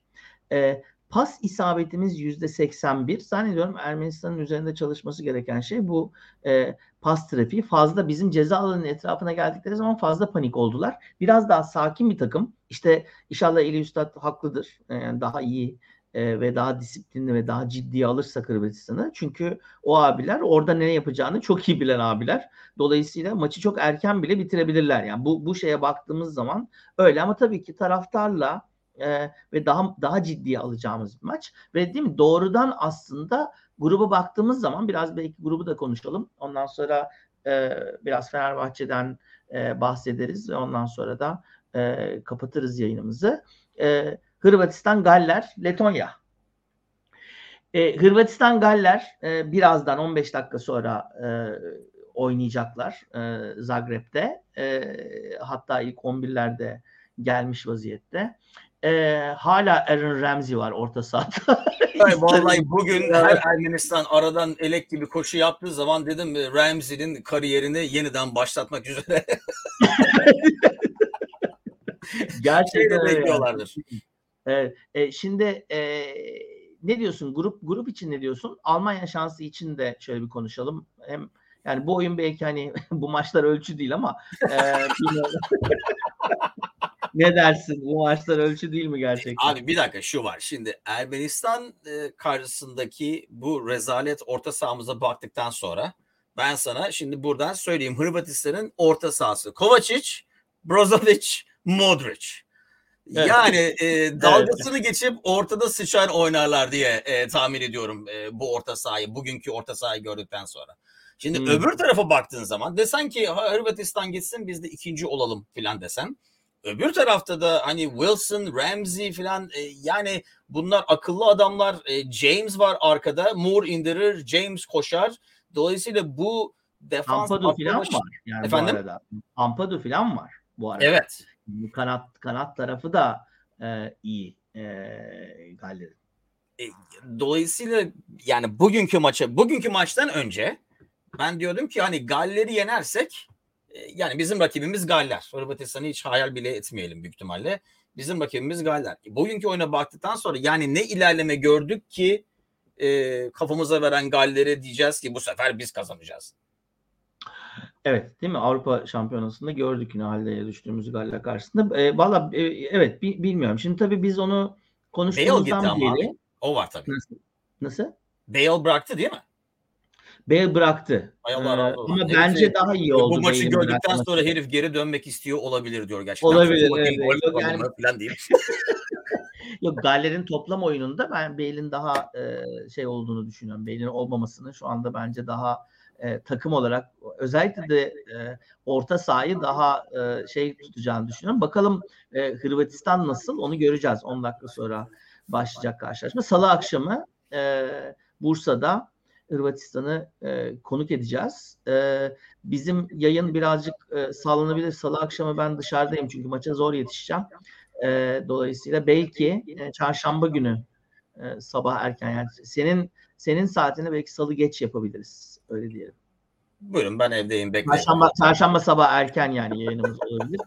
Pas isabetimiz %81. Zannediyorum Ermenistan'ın üzerinde çalışması gereken şey bu pas trafiği. Fazla bizim ceza alanının etrafına geldikleri zaman fazla panik oldular. Biraz daha sakin bir takım. İşte inşallah Eli Üstad haklıdır. Yani daha iyi ve daha disiplinli ve daha ciddiye alırsa Hırvatistan'ı. Çünkü o abiler orada ne yapacağını çok iyi bilen abiler. Dolayısıyla maçı çok erken bile bitirebilirler. Yani bu şeye baktığımız zaman öyle ama tabii ki taraftarla ve daha ciddiye alacağımız bir maç. Ve değil mi? Doğrudan aslında gruba baktığımız zaman biraz belki grubu da konuşalım. Ondan sonra biraz Fenerbahçe'den bahsederiz ve ondan sonra da kapatırız yayınımızı. Hırvatistan, Galler, Letonya. Hırvatistan, Galler birazdan 15 dakika sonra oynayacaklar Zagreb'de. Hatta ilk 11'lerde gelmiş vaziyette. Hala Aaron Ramsey var orta sahada. Vallahi bugün her Ermenistan aradan elek gibi koşu yaptığı zaman dedim Ramsey'nin kariyerini yeniden başlatmak üzere Gerçekten öyle bekliyorlardır. yani. Evet. Şimdi ne diyorsun? Grup için ne diyorsun? Almanya şansı için de şöyle bir konuşalım. Hem yani bu oyun belki hani bu maçlar ölçü değil ama ne dersin? Bu maçlar ölçü değil mi gerçekten? Abi bir dakika şu var. Şimdi Ermenistan karşısındaki bu rezalet orta sahamıza baktıktan sonra ben sana şimdi buradan söyleyeyim. Hırvatistan'ın orta sahası Kovacic, Brozovic, Modric. Evet. Yani dalgasını Evet. geçip ortada sıçar oynarlar diye tahmin ediyorum bu orta sahayı, bugünkü orta sahayı gördükten sonra. Şimdi öbür tarafa baktığın zaman desen ki Hırvatistan gitsin biz de ikinci olalım filan desen. Öbür tarafta da hani Wilson, Ramsey filan yani bunlar akıllı adamlar. James var arkada. Moore indirir, James koşar. Dolayısıyla bu defans Ampadu aklı falan başı... var yani bu Efendim? arada. Ampadu falan var bu arada. Evet. Kanat tarafı da iyi Galler'in. E, Dolayısıyla yani bugünkü maçtan önce ben diyordum ki hani Galler'i yenersek yani bizim rakibimiz Galler. Hırvatistan'ı hiç hayal bile etmeyelim büyük ihtimalle. Bizim rakibimiz Galler. Bugünkü oyuna baktıktan sonra yani ne ilerleme gördük ki kafamıza veren Galler'e diyeceğiz ki bu sefer biz kazanacağız. Evet, değil mi? Avrupa Şampiyonası'nda gördük yine haldeye düştüğümüz Galler karşısında. Valla evet bilmiyorum. Şimdi tabii biz onu Bale gitti konuştuğumuzdan ama abi. beri O var tabii. nasıl? Nasıl? Bale bıraktı değil mi? Bale bıraktı. Ay Allah razı olsun. Ama Herifi bence daha iyi bu oldu maçı Bale'in gördükten sonra bırakması. herif geri dönmek istiyor olabilir diyor gerçekten. Tutun Olabilir. bakayım Evet. gol Yok kralı yani mı falan deyip. yok Galler'in toplam oyununda ben Bale'in daha şey olduğunu düşünüyorum. Bale'in olmamasının şu anda bence daha takım olarak özellikle de orta sahayı daha şey tutacağını düşünüyorum. Bakalım Hırvatistan nasıl onu göreceğiz. 10 dakika sonra başlayacak karşılaşma. Salı akşamı Bursa'da Hırvatistan'ı konuk edeceğiz. Bizim yayın birazcık sallanabilir. Salı akşamı ben dışarıdayım çünkü maça zor yetişeceğim. Dolayısıyla belki çarşamba günü sabah erken, yani senin saatini belki salı geç yapabiliriz. Öyle diyelim. Buyurun, ben evdeyim, beklerim. Çarşamba sabah erken yani yayınımız olabilir.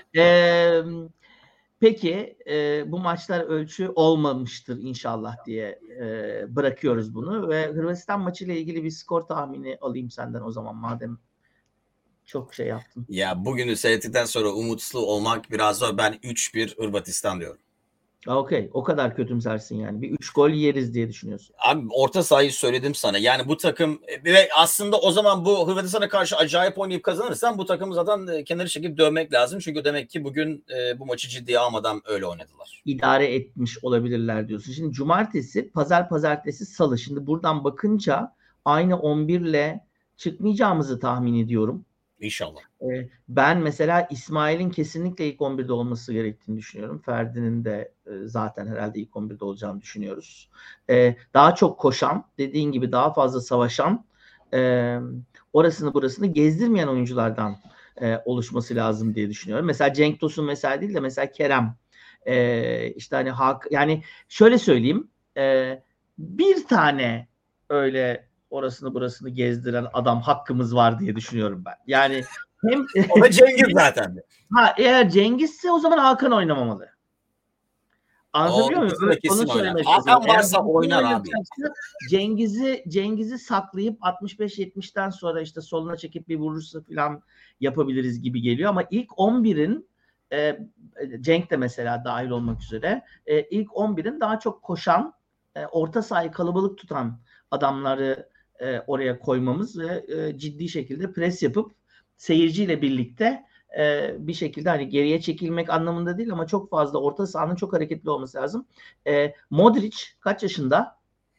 Peki bu maçlar ölçü olmamıştır inşallah diye bırakıyoruz bunu ve Hırvatistan maçıyla ilgili bir skor tahmini alayım senden o zaman, madem çok şey yaptın. Ya bugünü seyrettikten sonra umutsuz olmak biraz zor. Ben 3-1 Hırvatistan diyorum. Okey. O kadar kötümsersin yani. Bir 3 gol yeriz diye düşünüyorsun. Abi orta sahayı söyledim sana. Yani bu takım ve aslında o zaman bu Hırvatistan'a karşı acayip oynayıp kazanırsan bu takımı zaten kenarı çekip dövmek lazım. Çünkü demek ki bugün bu maçı ciddiye almadan öyle oynadılar. İdare etmiş olabilirler diyorsun. Şimdi cumartesi, pazartesi, salı. Şimdi buradan bakınca aynı 11'le çıkmayacağımızı tahmin ediyorum. İnşallah. Ben mesela İsmail'in kesinlikle ilk 11'de olması gerektiğini düşünüyorum. Ferdi'nin de zaten herhalde ilk 11'de olacağını düşünüyoruz. Daha çok koşan, dediğin gibi daha fazla savaşan, orasını burasını gezdirmeyen oyunculardan oluşması lazım diye düşünüyorum. Mesela Cenk Tosun mesela değil de mesela Kerem. İşte hani yani şöyle söyleyeyim, bir tane öyle orasını burasını gezdiren adam hakkımız var diye düşünüyorum ben. Yani hem o da Cengiz zaten. Eğer Cengiz'se o zaman Hakan oynamamalı. Anlatabiliyor muyum? Onu söylemeye çalışıyorum. Hakan varsa oynar abi. Cengiz'i saklayıp 65-70'ten sonra işte soluna çekip bir vurursa falan yapabiliriz gibi geliyor ama ilk 11'in Cenk de mesela dahil olmak üzere ilk 11'in daha çok koşan, orta sahayı kalabalık tutan adamları oraya koymamız ve ciddi şekilde pres yapıp seyirciyle birlikte bir şekilde hani geriye çekilmek anlamında değil ama çok fazla orta sahanın çok hareketli olması lazım. Modric kaç yaşında?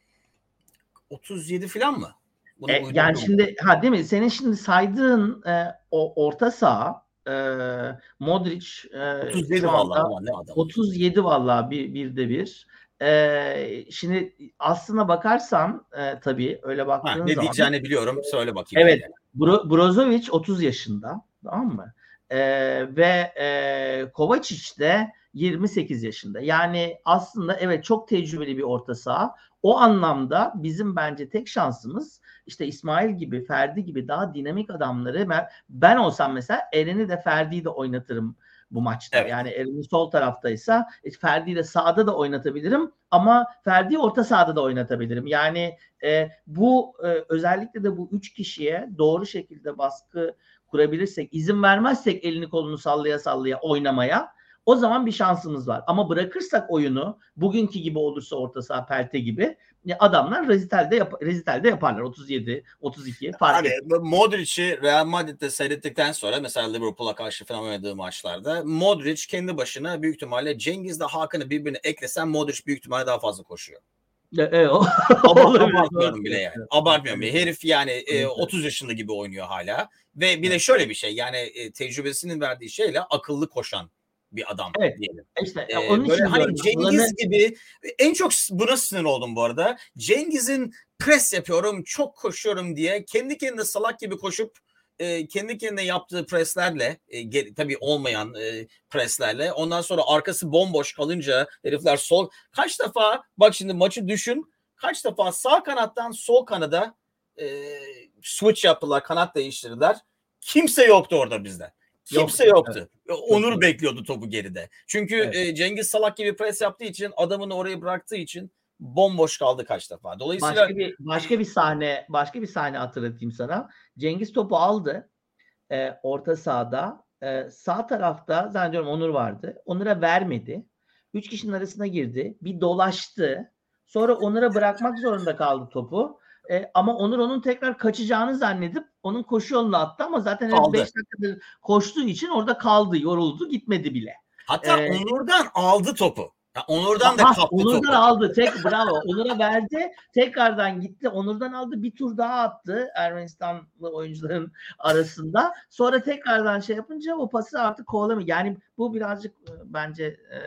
37 falan mı? Yani şimdi değil mi? Senin şimdi saydığın o orta saha Modric 37 şu anda vallahi, ne adam. 37 vallahi birde bir. Şimdi aslına bakarsan tabii öyle baktığın ne zaman. Ne diyeceğini biliyorum. Söyle bakayım. Evet. Brozovic 30 yaşında. Tamam mı? Ve Kovacic de 28 yaşında. Yani aslında evet çok tecrübeli bir orta saha. O anlamda bizim bence tek şansımız işte İsmail gibi, Ferdi gibi daha dinamik adamları. Ben olsam mesela Eren'i de Ferdi'yi de oynatırım bu maçta. Evet. Yani Eren'in sol taraftaysa Ferdi'yi de sağda da oynatabilirim ama Ferdi'yi orta sahada da oynatabilirim. Yani bu özellikle de bu 3 kişiye doğru şekilde baskı kurabilirsek, izin vermezsek elini kolunu sallaya sallaya oynamaya, o zaman bir şansımız var. Ama bırakırsak oyunu bugünkü gibi olursa orta saha Pelte gibi adamlar rezitalde yaparlar. 37, 32 fark etmez. Modric'i Real Madrid'de seyrettikten sonra mesela Liverpool'a karşı falan oynadığı maçlarda Modric kendi başına büyük ihtimalle Cengiz'le Hakan'ı birbirine eklesen Modric büyük ihtimalle daha fazla koşuyor. Abartmıyorum bile yani. Abartmıyorum bile. Herif yani 30 yaşında gibi oynuyor hala. Ve bir de şöyle bir şey yani tecrübesinin verdiği şeyle akıllı koşan bir adam diyelim. İşte, onun böyle için hani Cengiz gibi en çok buna sinir oldum bu arada. Cengiz'in pres yapıyorum, çok koşuyorum diye kendi kendine salak gibi koşup kendi kendine yaptığı preslerle tabii olmayan preslerle ondan sonra arkası bomboş kalınca herifler kaç defa bak şimdi maçı düşün, kaç defa sağ kanattan sol kanada switch yaptılar, kanat değiştirdiler. Kimse yoktu orada bizde. Kimse yoktu. Evet. Onur bekliyordu topu geride. Çünkü Cengiz salak gibi pres yaptığı için, adamını oraya bıraktığı için bomboş kaldı kaç defa. Dolayısıyla başka bir sahne hatırlatayım sana. Cengiz topu aldı. Orta sahada. Sağ tarafta zannediyorum Onur vardı. Onur'a vermedi. 3 kişinin arasına girdi. Bir dolaştı. Sonra Onur'a bırakmak zorunda kaldı topu. Ama Onur onun tekrar kaçacağını zannedip onun koşu yoluna attı ama zaten 5 dakikadır koştuğu için orada kaldı, yoruldu, gitmedi bile. Hatta Onur'dan aldı topu. Onur'dan da kaptı topu. Onur'dan aldı. Bravo. Onur'a verdi. Tekrardan gitti. Onur'dan aldı. Bir tur daha attı Ermenistanlı oyuncuların arasında. Sonra tekrardan şey yapınca o pası artık kovalamıyor. Yani bu birazcık bence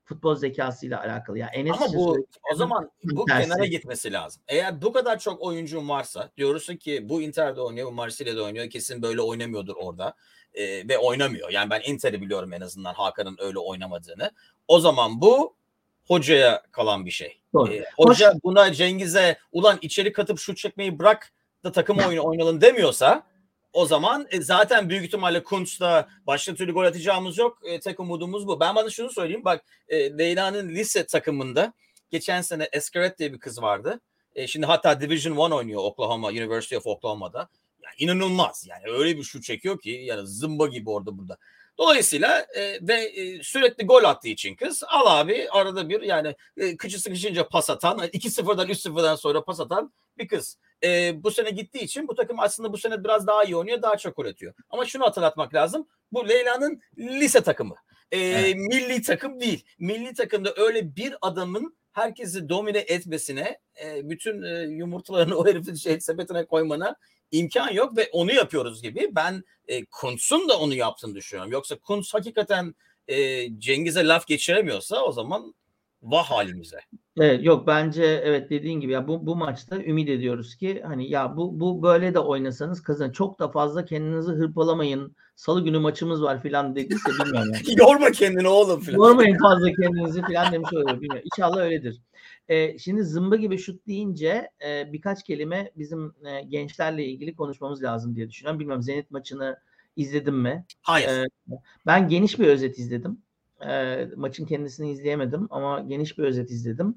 futbol zekasıyla alakalı. Yani Enes Ama için bu o söylediklerinin zaman bu tersi. kenara gitmesi lazım. Eğer bu kadar çok oyuncun varsa diyorsun ki bu Inter'de oynuyor, bu Marsilya'da oynuyor. Kesin böyle oynamıyordur orada. Ve oynamıyor. Yani ben Inter'i biliyorum en azından Hakan'ın öyle oynamadığını. O zaman bu hocaya kalan bir şey. Doğru. Hoca buna Cengiz'e ulan içeri katıp şut çekmeyi bırak da takım oyunu oynayalım demiyorsa o zaman zaten büyük ihtimalle Kuntz'la başka türlü gol atacağımız yok. Tek umudumuz bu. Ben bana şunu söyleyeyim. Bak Leyla'nın lise takımında geçen sene Escaret diye bir kız vardı. Şimdi hatta Division 1 oynuyor Oklahoma, University of Oklahoma'da. Yani inanılmaz. Yani öyle bir şut çekiyor ki yani zımba gibi orada burada. Dolayısıyla sürekli gol attığı için kız al abi arada bir yani kıçı sıkışınca pas atan 2-0'dan 3-0'dan sonra pas atan bir kız. Bu sene gittiği için bu takım aslında bu sene biraz daha iyi oynuyor, daha çok üretiyor. Ama şunu hatırlatmak lazım. Bu Leyla'nın lise takımı. Evet. Milli takım değil. Milli takımda öyle bir adamın herkesi domine etmesine, bütün yumurtalarını o herifin sepetine koymana imkan yok ve onu yapıyoruz gibi. Ben Kuntz'un da onu yaptığını düşünüyorum. Yoksa Kuntz hakikaten Cengiz'e laf geçiremiyorsa o zaman vah halimize. Evet, yok bence evet dediğin gibi ya bu maçta ümit ediyoruz ki hani ya bu böyle de oynasanız kazan. Çok da fazla kendinizi hırpalamayın. Salı günü maçımız var filan dediyse bilmiyorum yani. Yorma kendini oğlum filan. Yormayın fazla kendinizi filan demiş olabilir. Bilmiyorum. İnşallah öyledir. Şimdi zımba gibi şut deyince birkaç kelime bizim gençlerle ilgili konuşmamız lazım diye düşünüyorum. Bilmiyorum Zenit maçını izledim mi? Hayır. Ben geniş bir özet izledim. Maçın kendisini izleyemedim ama geniş bir özet izledim.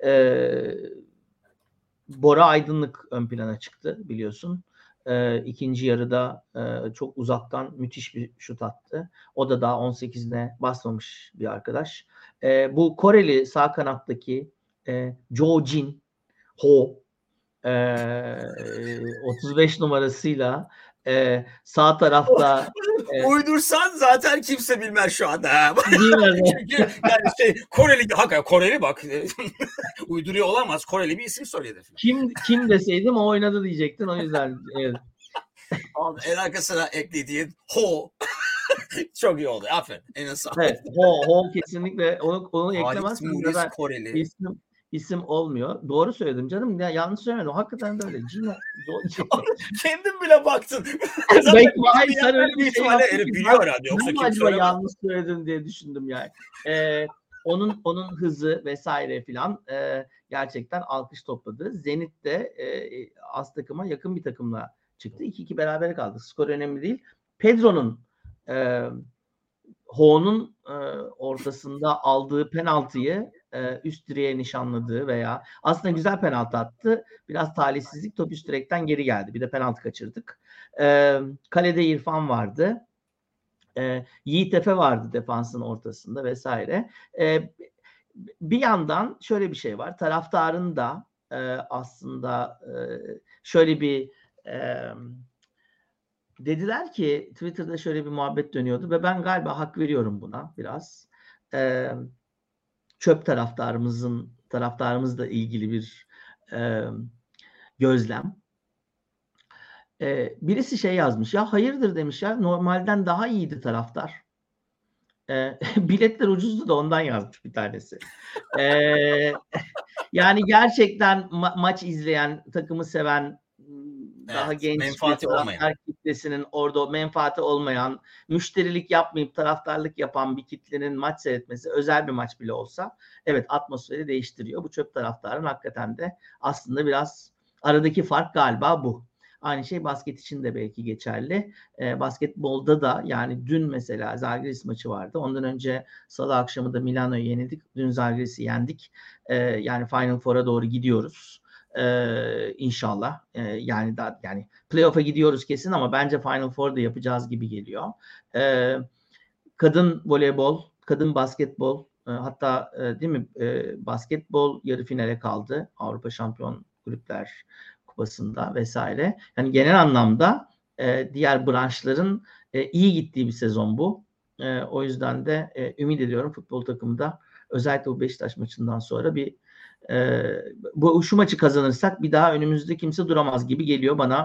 Bora Aydınlık ön plana çıktı biliyorsun. İkinci yarıda çok uzaktan müthiş bir şut attı. O da daha 18'ine basmamış bir arkadaş. Bu Koreli sağ kanattaki Jo Jin Ho 35 numarasıyla sağ tarafta uydursan zaten kimse bilmez şu anda. Çünkü yani Koreli bak uyduruyor olamaz. Koreli bir isim söyledi. Kim deseydim o oynadı diyecektin o yüzden. Evet. En arkasına eklediğin Ho çok iyi oldu. Aferin. En sağ. Evet. Ho kesinlikle onu eklemezsen Koreli. İsim olmuyor. Doğru söyledim canım. Ya, yanlış söylemedim. Hakikaten de öyle. Kendin bile baktın. Hayır sen öyle bir şey yaptın. Biliyor herhalde. Yoksa kim acaba yanlış söyledim diye düşündüm yani. Onun hızı vesaire filan gerçekten alkış topladı. Zenit de az takıma yakın bir takımla çıktı. 2-2 berabere kaldı. Skor önemli değil. Pedro'nun Ho'nun ortasında aldığı penaltıyı üst direğe nişanladığı veya aslında güzel penaltı attı. Biraz talihsizlik, top üst direkten geri geldi. Bir de penaltı kaçırdık. Kalede İrfan vardı. Yiğit Efe vardı defansın ortasında vesaire. Bir yandan şöyle bir şey var. Taraftarın da aslında şöyle bir dediler ki Twitter'da şöyle bir muhabbet dönüyordu ve ben galiba hak veriyorum buna biraz. Çöp taraftarımızla ilgili bir gözlem. Birisi şey yazmış ya hayırdır demiş ya normalden daha iyiydi taraftar. Biletler ucuzdu da ondan yazmış bir tanesi. Yani gerçekten maç izleyen, takımı seven daha genç bir taraftar kitlesinin orada menfaati olmayan, müşterilik yapmayıp taraftarlık yapan bir kitlenin maç seyretmesi özel bir maç bile olsa evet atmosferi değiştiriyor. Bu çöp taraftarın hakikaten de aslında biraz aradaki fark galiba bu. Aynı şey basket için de belki geçerli. Basketbolda da yani dün mesela Zalgiris maçı vardı. Ondan önce salı akşamı da Milano'yu yenildik. Dün Zalgiris'i yendik. Yani Final Four'a doğru gidiyoruz. İnşallah. Yani playoff'a gidiyoruz kesin ama bence Final Four'da yapacağız gibi geliyor. Kadın voleybol, kadın basketbol hatta değil mi basketbol yarı finale kaldı. Avrupa Şampiyon Kulüpler Kupası'nda vesaire. Yani genel anlamda diğer branşların iyi gittiği bir sezon bu. O yüzden de ümit ediyorum futbol takımında özellikle bu Beşiktaş maçından sonra şu maçı kazanırsak bir daha önümüzde kimse duramaz gibi geliyor bana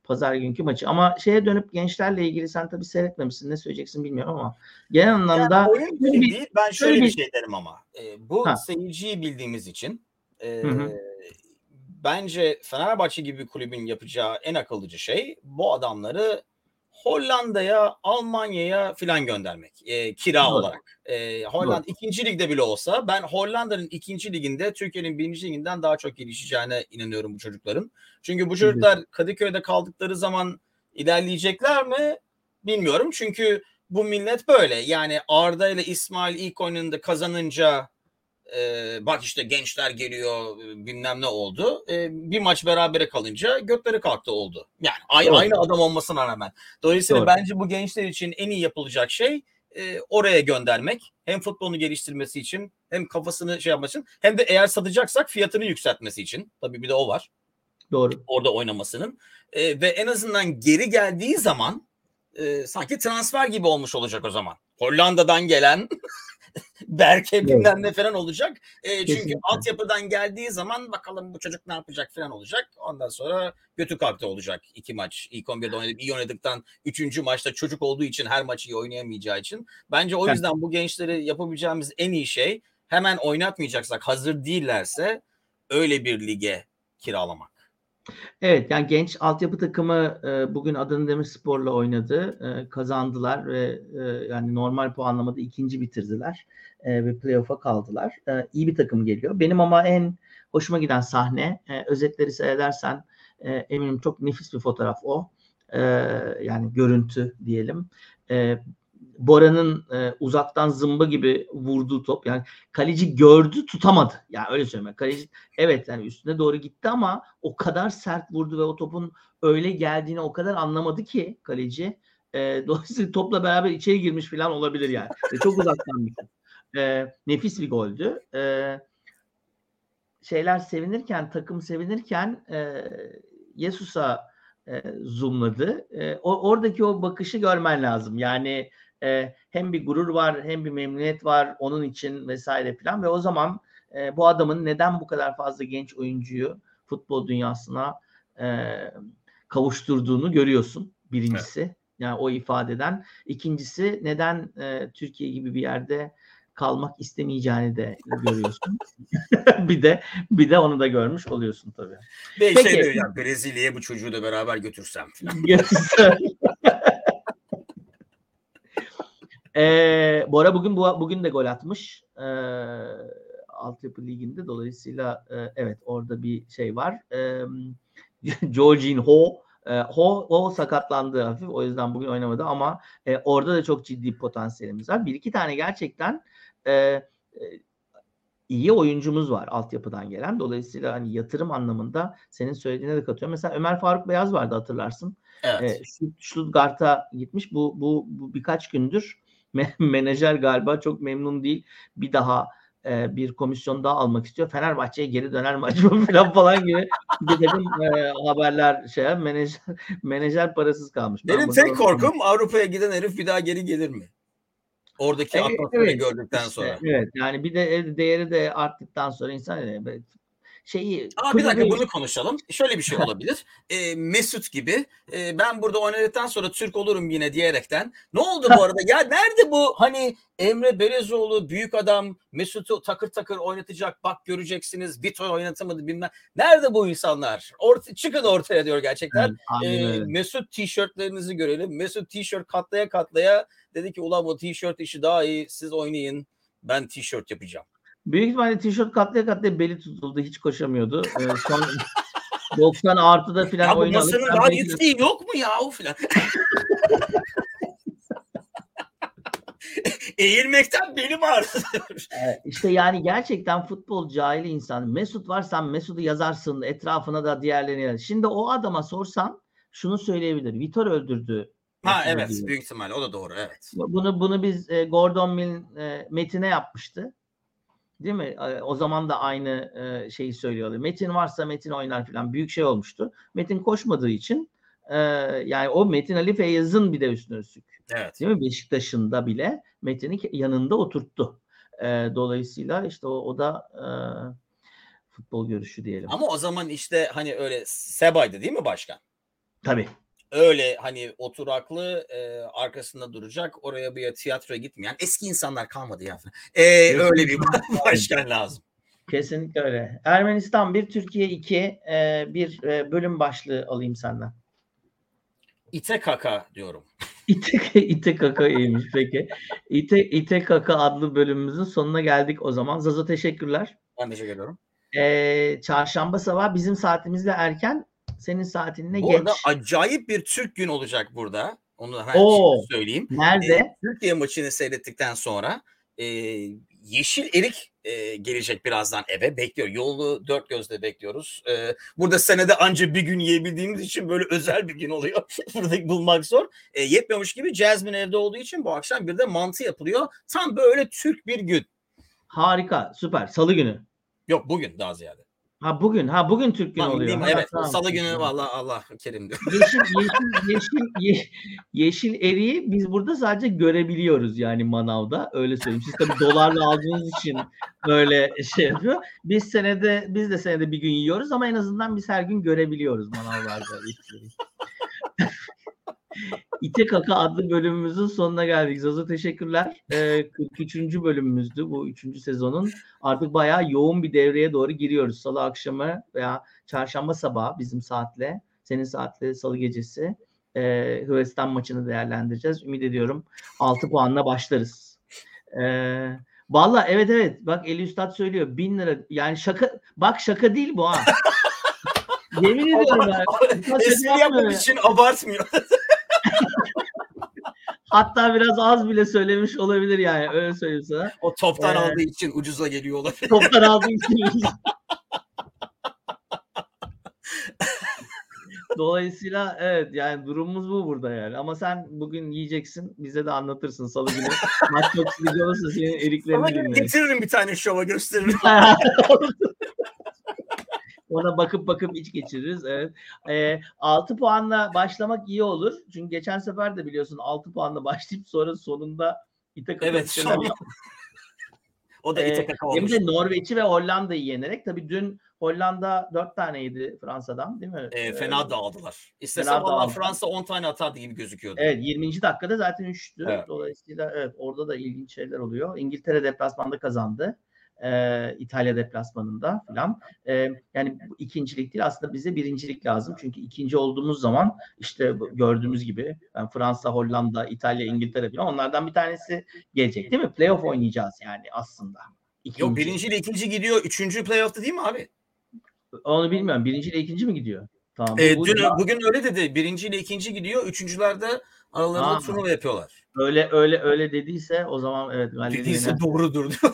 pazar günkü maçı. Ama şeye dönüp gençlerle ilgili sen tabii seyretmemişsin. Ne söyleyeceksin bilmiyorum ama genel Yani anlamda oyun için değil. Ben şöyle şöyle bir bir şey derim ama. Bu ha, seyirciyi bildiğimiz için hı hı, bence Fenerbahçe gibi bir kulübün yapacağı en akıllıca şey bu adamları Hollanda'ya, Almanya'ya filan göndermek kira doğru, olarak. doğru. Hollanda ikinci ligde bile olsa ben Hollanda'nın ikinci liginde Türkiye'nin birinci liginden daha çok gelişeceğine inanıyorum bu çocukların. Çünkü bu çocuklar Kadıköy'de kaldıkları zaman ilerleyecekler mi bilmiyorum. Çünkü bu millet böyle. Yani Arda ile İsmail ilk oyununda kazanınca bak işte gençler geliyor bilmem ne oldu. Bir maç berabere kalınca götleri kalktı oldu. Yani Doğru, aynı adam olmasına rağmen. Dolayısıyla doğru. bence bu gençler için en iyi yapılacak şey oraya göndermek. Hem futbolunu geliştirmesi için hem kafasını şey yapması için hem de eğer satacaksak fiyatını yükseltmesi için. Tabii bir de o var. Doğru. Orada oynamasının. Ve en azından geri geldiği zaman sanki transfer gibi olmuş olacak o zaman. Hollanda'dan gelen Berke Evet, bilmem ne falan olacak. Çünkü kesinlikle. altyapıdan geldiği zaman bakalım bu çocuk ne yapacak falan olacak. Ondan sonra götü kalktı olacak 2 maç. İlk 11'de oynadık. İyi oynadıktan 3. maçta çocuk olduğu için her maçı iyi oynayamayacağı için. Bence o Evet. yüzden bu gençleri yapabileceğimiz en iyi şey hemen oynatmayacaksak hazır değillerse öyle bir lige kiralamak. Evet, yani genç altyapı takımı bugün Adana Demirspor'la oynadı. Kazandılar ve yani normal puanlamada ikinci bitirdiler. Ve playoff'a kaldılar. İyi bir takım geliyor. Benim ama en hoşuma giden sahne, özetleri seyredersen eminim çok nefis bir fotoğraf o. Yani görüntü diyelim. Bora'nın uzaktan zımba gibi vurduğu top. Yani kaleci gördü, tutamadı. Yani öyle söyleyeyim. Kaleci evet yani üstüne doğru gitti ama o kadar sert vurdu ve o topun öyle geldiğini o kadar anlamadı ki kaleci. Dolayısıyla topla beraber içeri girmiş falan olabilir yani. Çok uzaktan bir top. Nefis bir goldü. Şeyler sevinirken, takım sevinirken Jesus'a zoomladı. Oradaki o bakışı görmen lazım. Yani hem bir gurur var hem bir memnuniyet var onun için vesaire falan ve o zaman bu adamın neden bu kadar fazla genç oyuncuyu futbol dünyasına kavuşturduğunu görüyorsun birincisi. Evet. Yani o ifadeden. İkincisi neden Türkiye gibi bir yerde kalmak istemeyeceğini de görüyorsun. bir de onu da görmüş oluyorsun tabii. Ve Peki. şey de ya Brezilya'ya bu çocuğu da beraber götürsem falan. Bora bugün de gol atmış. Altyapı liginde dolayısıyla evet orada bir şey var. Jorginho Ho sakatlandı hafif. O yüzden bugün oynamadı ama orada da çok ciddi potansiyelimiz var. Bir iki tane gerçekten iyi oyuncumuz var altyapıdan gelen. Dolayısıyla hani yatırım anlamında senin söylediğine de katılıyorum. Mesela Ömer Faruk Beyaz vardı hatırlarsın. Evet. Stuttgart'a gitmiş. Bu birkaç gündür menajer galiba çok memnun değil. Bir daha bir komisyon daha almak istiyor. Fenerbahçe'ye geri döner mi acaba falan gibi bir takım haberler menajer parasız kalmış. Benim tek korkum Avrupa'ya giden herif bir daha geri gelir mi? Oradaki atmosferi Evet, gördükten işte sonra. evet yani bir de değeri de arttıktan sonra insan şeyi Bir kulübü dakika bunu konuşalım. Şöyle bir şey olabilir. Mesut gibi ben burada oynadıktan sonra Türk olurum yine diyerekten. Ne oldu bu arada? Ya nerede bu hani Emre Belezoğlu büyük adam Mesut'u takır takır oynatacak bak göreceksiniz. Vitor oynatamadı bilmem. Nerede bu insanlar? Çıkın ortaya diyor gerçekten. Evet, aynen öyle. Mesut tişörtlerinizi görelim. Mesut tişört katlaya katlaya dedi ki ulan bu tişört işi daha iyi siz oynayın. Ben tişört yapacağım. Büyük ihtimalle tişört katlaya katlaya beli tutuldu. Hiç koşamıyordu. Son 90 artıda falan Ya bu oyunu alıp masanın daha yettiği yok mu ya o filan. Eğilmekten belim ağrıdı. İşte yani gerçekten futbol cahili insan. Mesut varsan Mesut'u yazarsın. Etrafına da diğerlerini yazar. Şimdi o adama sorsan şunu söyleyebilir. Vitor öldürdü Mesut'u Evet diyor. büyük ihtimalle o da doğru evet. Bunu biz Gordon Mill'in Metin'e yapmıştı. Değil mi? O zaman da aynı şeyi söylüyorlar. Metin varsa Metin oynar falan. Büyük şey olmuştu. Metin koşmadığı için yani o Metin Ali Feyyaz'ın bir de üstüne üstlük. Evet. Değil mi? Beşiktaş'ın da bile Metin'i yanında oturttu. Dolayısıyla işte o da futbol görüşü diyelim. Ama o zaman işte hani öyle Seba'ydı değil mi başkan? Tabii. Öyle hani oturaklı arkasında duracak, oraya bir tiyatroya gitmeyen eski insanlar kalmadı ya. Öyle bir başkan lazım. Kesinlikle öyle. Ermenistan 1, Türkiye 2, bir bölüm başlığı alayım senden. İte kaka diyorum. İte kaka iyiymiş peki. İte kaka adlı bölümümüzün sonuna geldik o zaman. Zazo teşekkürler. Ben teşekkür ediyorum. Çarşamba sabah bizim saatimizle erken, senin saatinle Bu geç. arada acayip bir Türk gün olacak burada. Onu hemen söyleyeyim. Nerede? Türkiye maçını seyrettikten sonra Yeşil Erik gelecek birazdan eve. Bekliyor. Yolu dört gözle bekliyoruz. Burada senede anca bir gün yiyebildiğimiz için böyle özel bir gün oluyor. Burada bulmak zor. Yetmiyormuş gibi Jasmine evde olduğu için bu akşam bir de mantı yapılıyor. Tam böyle Türk bir gün. Harika, süper. Salı günü. Yok, bugün daha ziyade. Bugün Türk günü oluyor. Evet, tamam. Salı günü vallahi Allah kerim diyor. Yeşil eriği biz burada sadece görebiliyoruz yani manavda. Öyle söyleyeyim. Siz tabii dolarla aldığınız için böyle şey yapıyor. Biz de senede bir gün yiyoruz ama en azından biz her gün görebiliyoruz manavlarda. İte Kaka adlı bölümümüzün sonuna geldik. Zazo teşekkürler. 43. bölümümüzdü bu 3. sezonun. Artık bayağı yoğun bir devreye doğru giriyoruz. Salı akşamı veya çarşamba sabahı bizim saatle, senin saatle salı gecesi Hırvatistan maçını değerlendireceğiz. Ümit ediyorum 6 puanla başlarız. Valla evet. Bak Eli Üstad söylüyor 1000 lira. Yani şaka değil bu ha. Yemin ediyorum ya. Espri yapmak için abartmıyor. Hatta biraz az bile söylemiş olabilir yani. Öyle söyleyeyim sana. O toptan aldığı için ucuza geliyor olabilir. Toptan aldığı için Dolayısıyla evet yani durumumuz bu burada yani. Ama sen bugün yiyeceksin. Bize de anlatırsın salı günü. Maç çok sıkıcı olursa senin eriklerini dinleriz. Getiririm bir tane şova gösteririm. Ona bakıp iç geçiririz. Evet. 6 puanla başlamak iyi olur. Çünkü geçen sefer de biliyorsun 6 puanla başlayıp sonra sonunda o da ite kaka olmuş. Hem de Norveç'i ve Hollanda'yı yenerek. Tabii dün Hollanda 4 taneydi Fransa'dan değil mi? Fena dağıldılar. İstesem valla Fransa 10 tane atardı gibi gözüküyordu. Evet 20. dakikada zaten 3'tü. Evet. Dolayısıyla orada da ilginç şeyler oluyor. İngiltere deplasmanda kazandı. İtalya deplasmanında falan. Yani bu ikincilik değil aslında bize birincilik lazım. Çünkü ikinci olduğumuz zaman işte gördüğümüz gibi yani Fransa, Hollanda, İtalya, İngiltere falan onlardan bir tanesi gelecek değil mi? Playoff oynayacağız yani aslında. Yok birinci ile ikinci gidiyor. Üçüncü playoff'ta değil mi abi? Onu bilmiyorum. Birinci ile ikinci mi gidiyor? Tamam. Bugün öyle dedi. Birinci ile ikinci gidiyor. Üçüncülerde aralarında turnuva yapıyorlar. Öyle dediyse o zaman evet. Dediyse doğrudur diyor.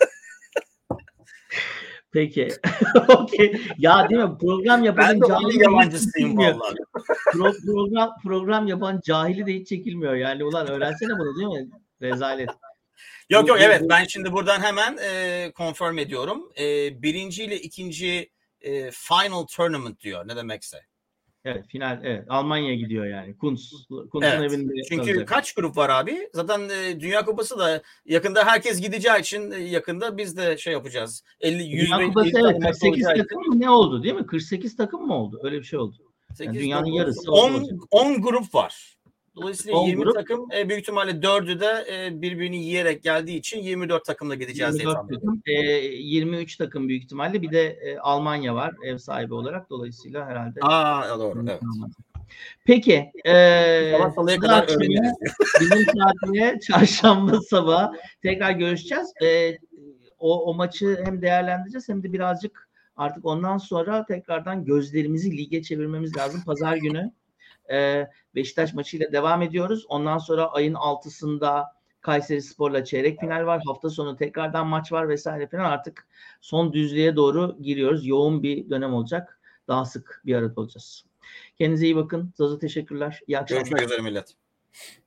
Peki. Okay. Ya değil mi? Program yapan ben de onun yalancısıyım vallahi. program yapan cahili de hiç çekilmiyor. Yani ulan öğrensene bunu değil mi? Rezalet. Yok evet ben şimdi buradan hemen confirm ediyorum. Birinci ile ikinci final tournament diyor ne demekse. Evet final evet Almanya gidiyor yani. Kuntz'un evinde. Çünkü kalacak. Kaç grup var abi? Zaten Dünya Kupası da yakında herkes gideceği için yakında biz de şey yapacağız. 100 Dünya Kupası evet 48 takım mı ne oldu değil mi? 48 takım mı oldu? Öyle bir şey oldu. Yani dünyanın yarısı 10 grup var. Dolayısıyla 20 takım büyük ihtimalle 4'ü de birbirini yiyerek geldiği için 24 takımla gideceğiz diye tahmin ediyorum. 23 takım büyük ihtimalle bir de Almanya var ev sahibi olarak. Dolayısıyla herhalde. Doğru evet. Peki. Kadar bizim saatine çarşamba sabah tekrar görüşeceğiz. O maçı hem değerlendireceğiz hem de birazcık artık ondan sonra tekrardan gözlerimizi lige çevirmemiz lazım. Pazar günü Beşiktaş maçıyla devam ediyoruz. Ondan sonra ayın 6'sında Kayserispor'la çeyrek final var. Hafta sonu tekrardan maç var vesaire falan. Artık son düzlüğe doğru giriyoruz. Yoğun bir dönem olacak. Daha sık bir arada olacağız. Kendinize iyi bakın. Zazo teşekkürler. İyi akşamlar. Görüşmek üzere millet.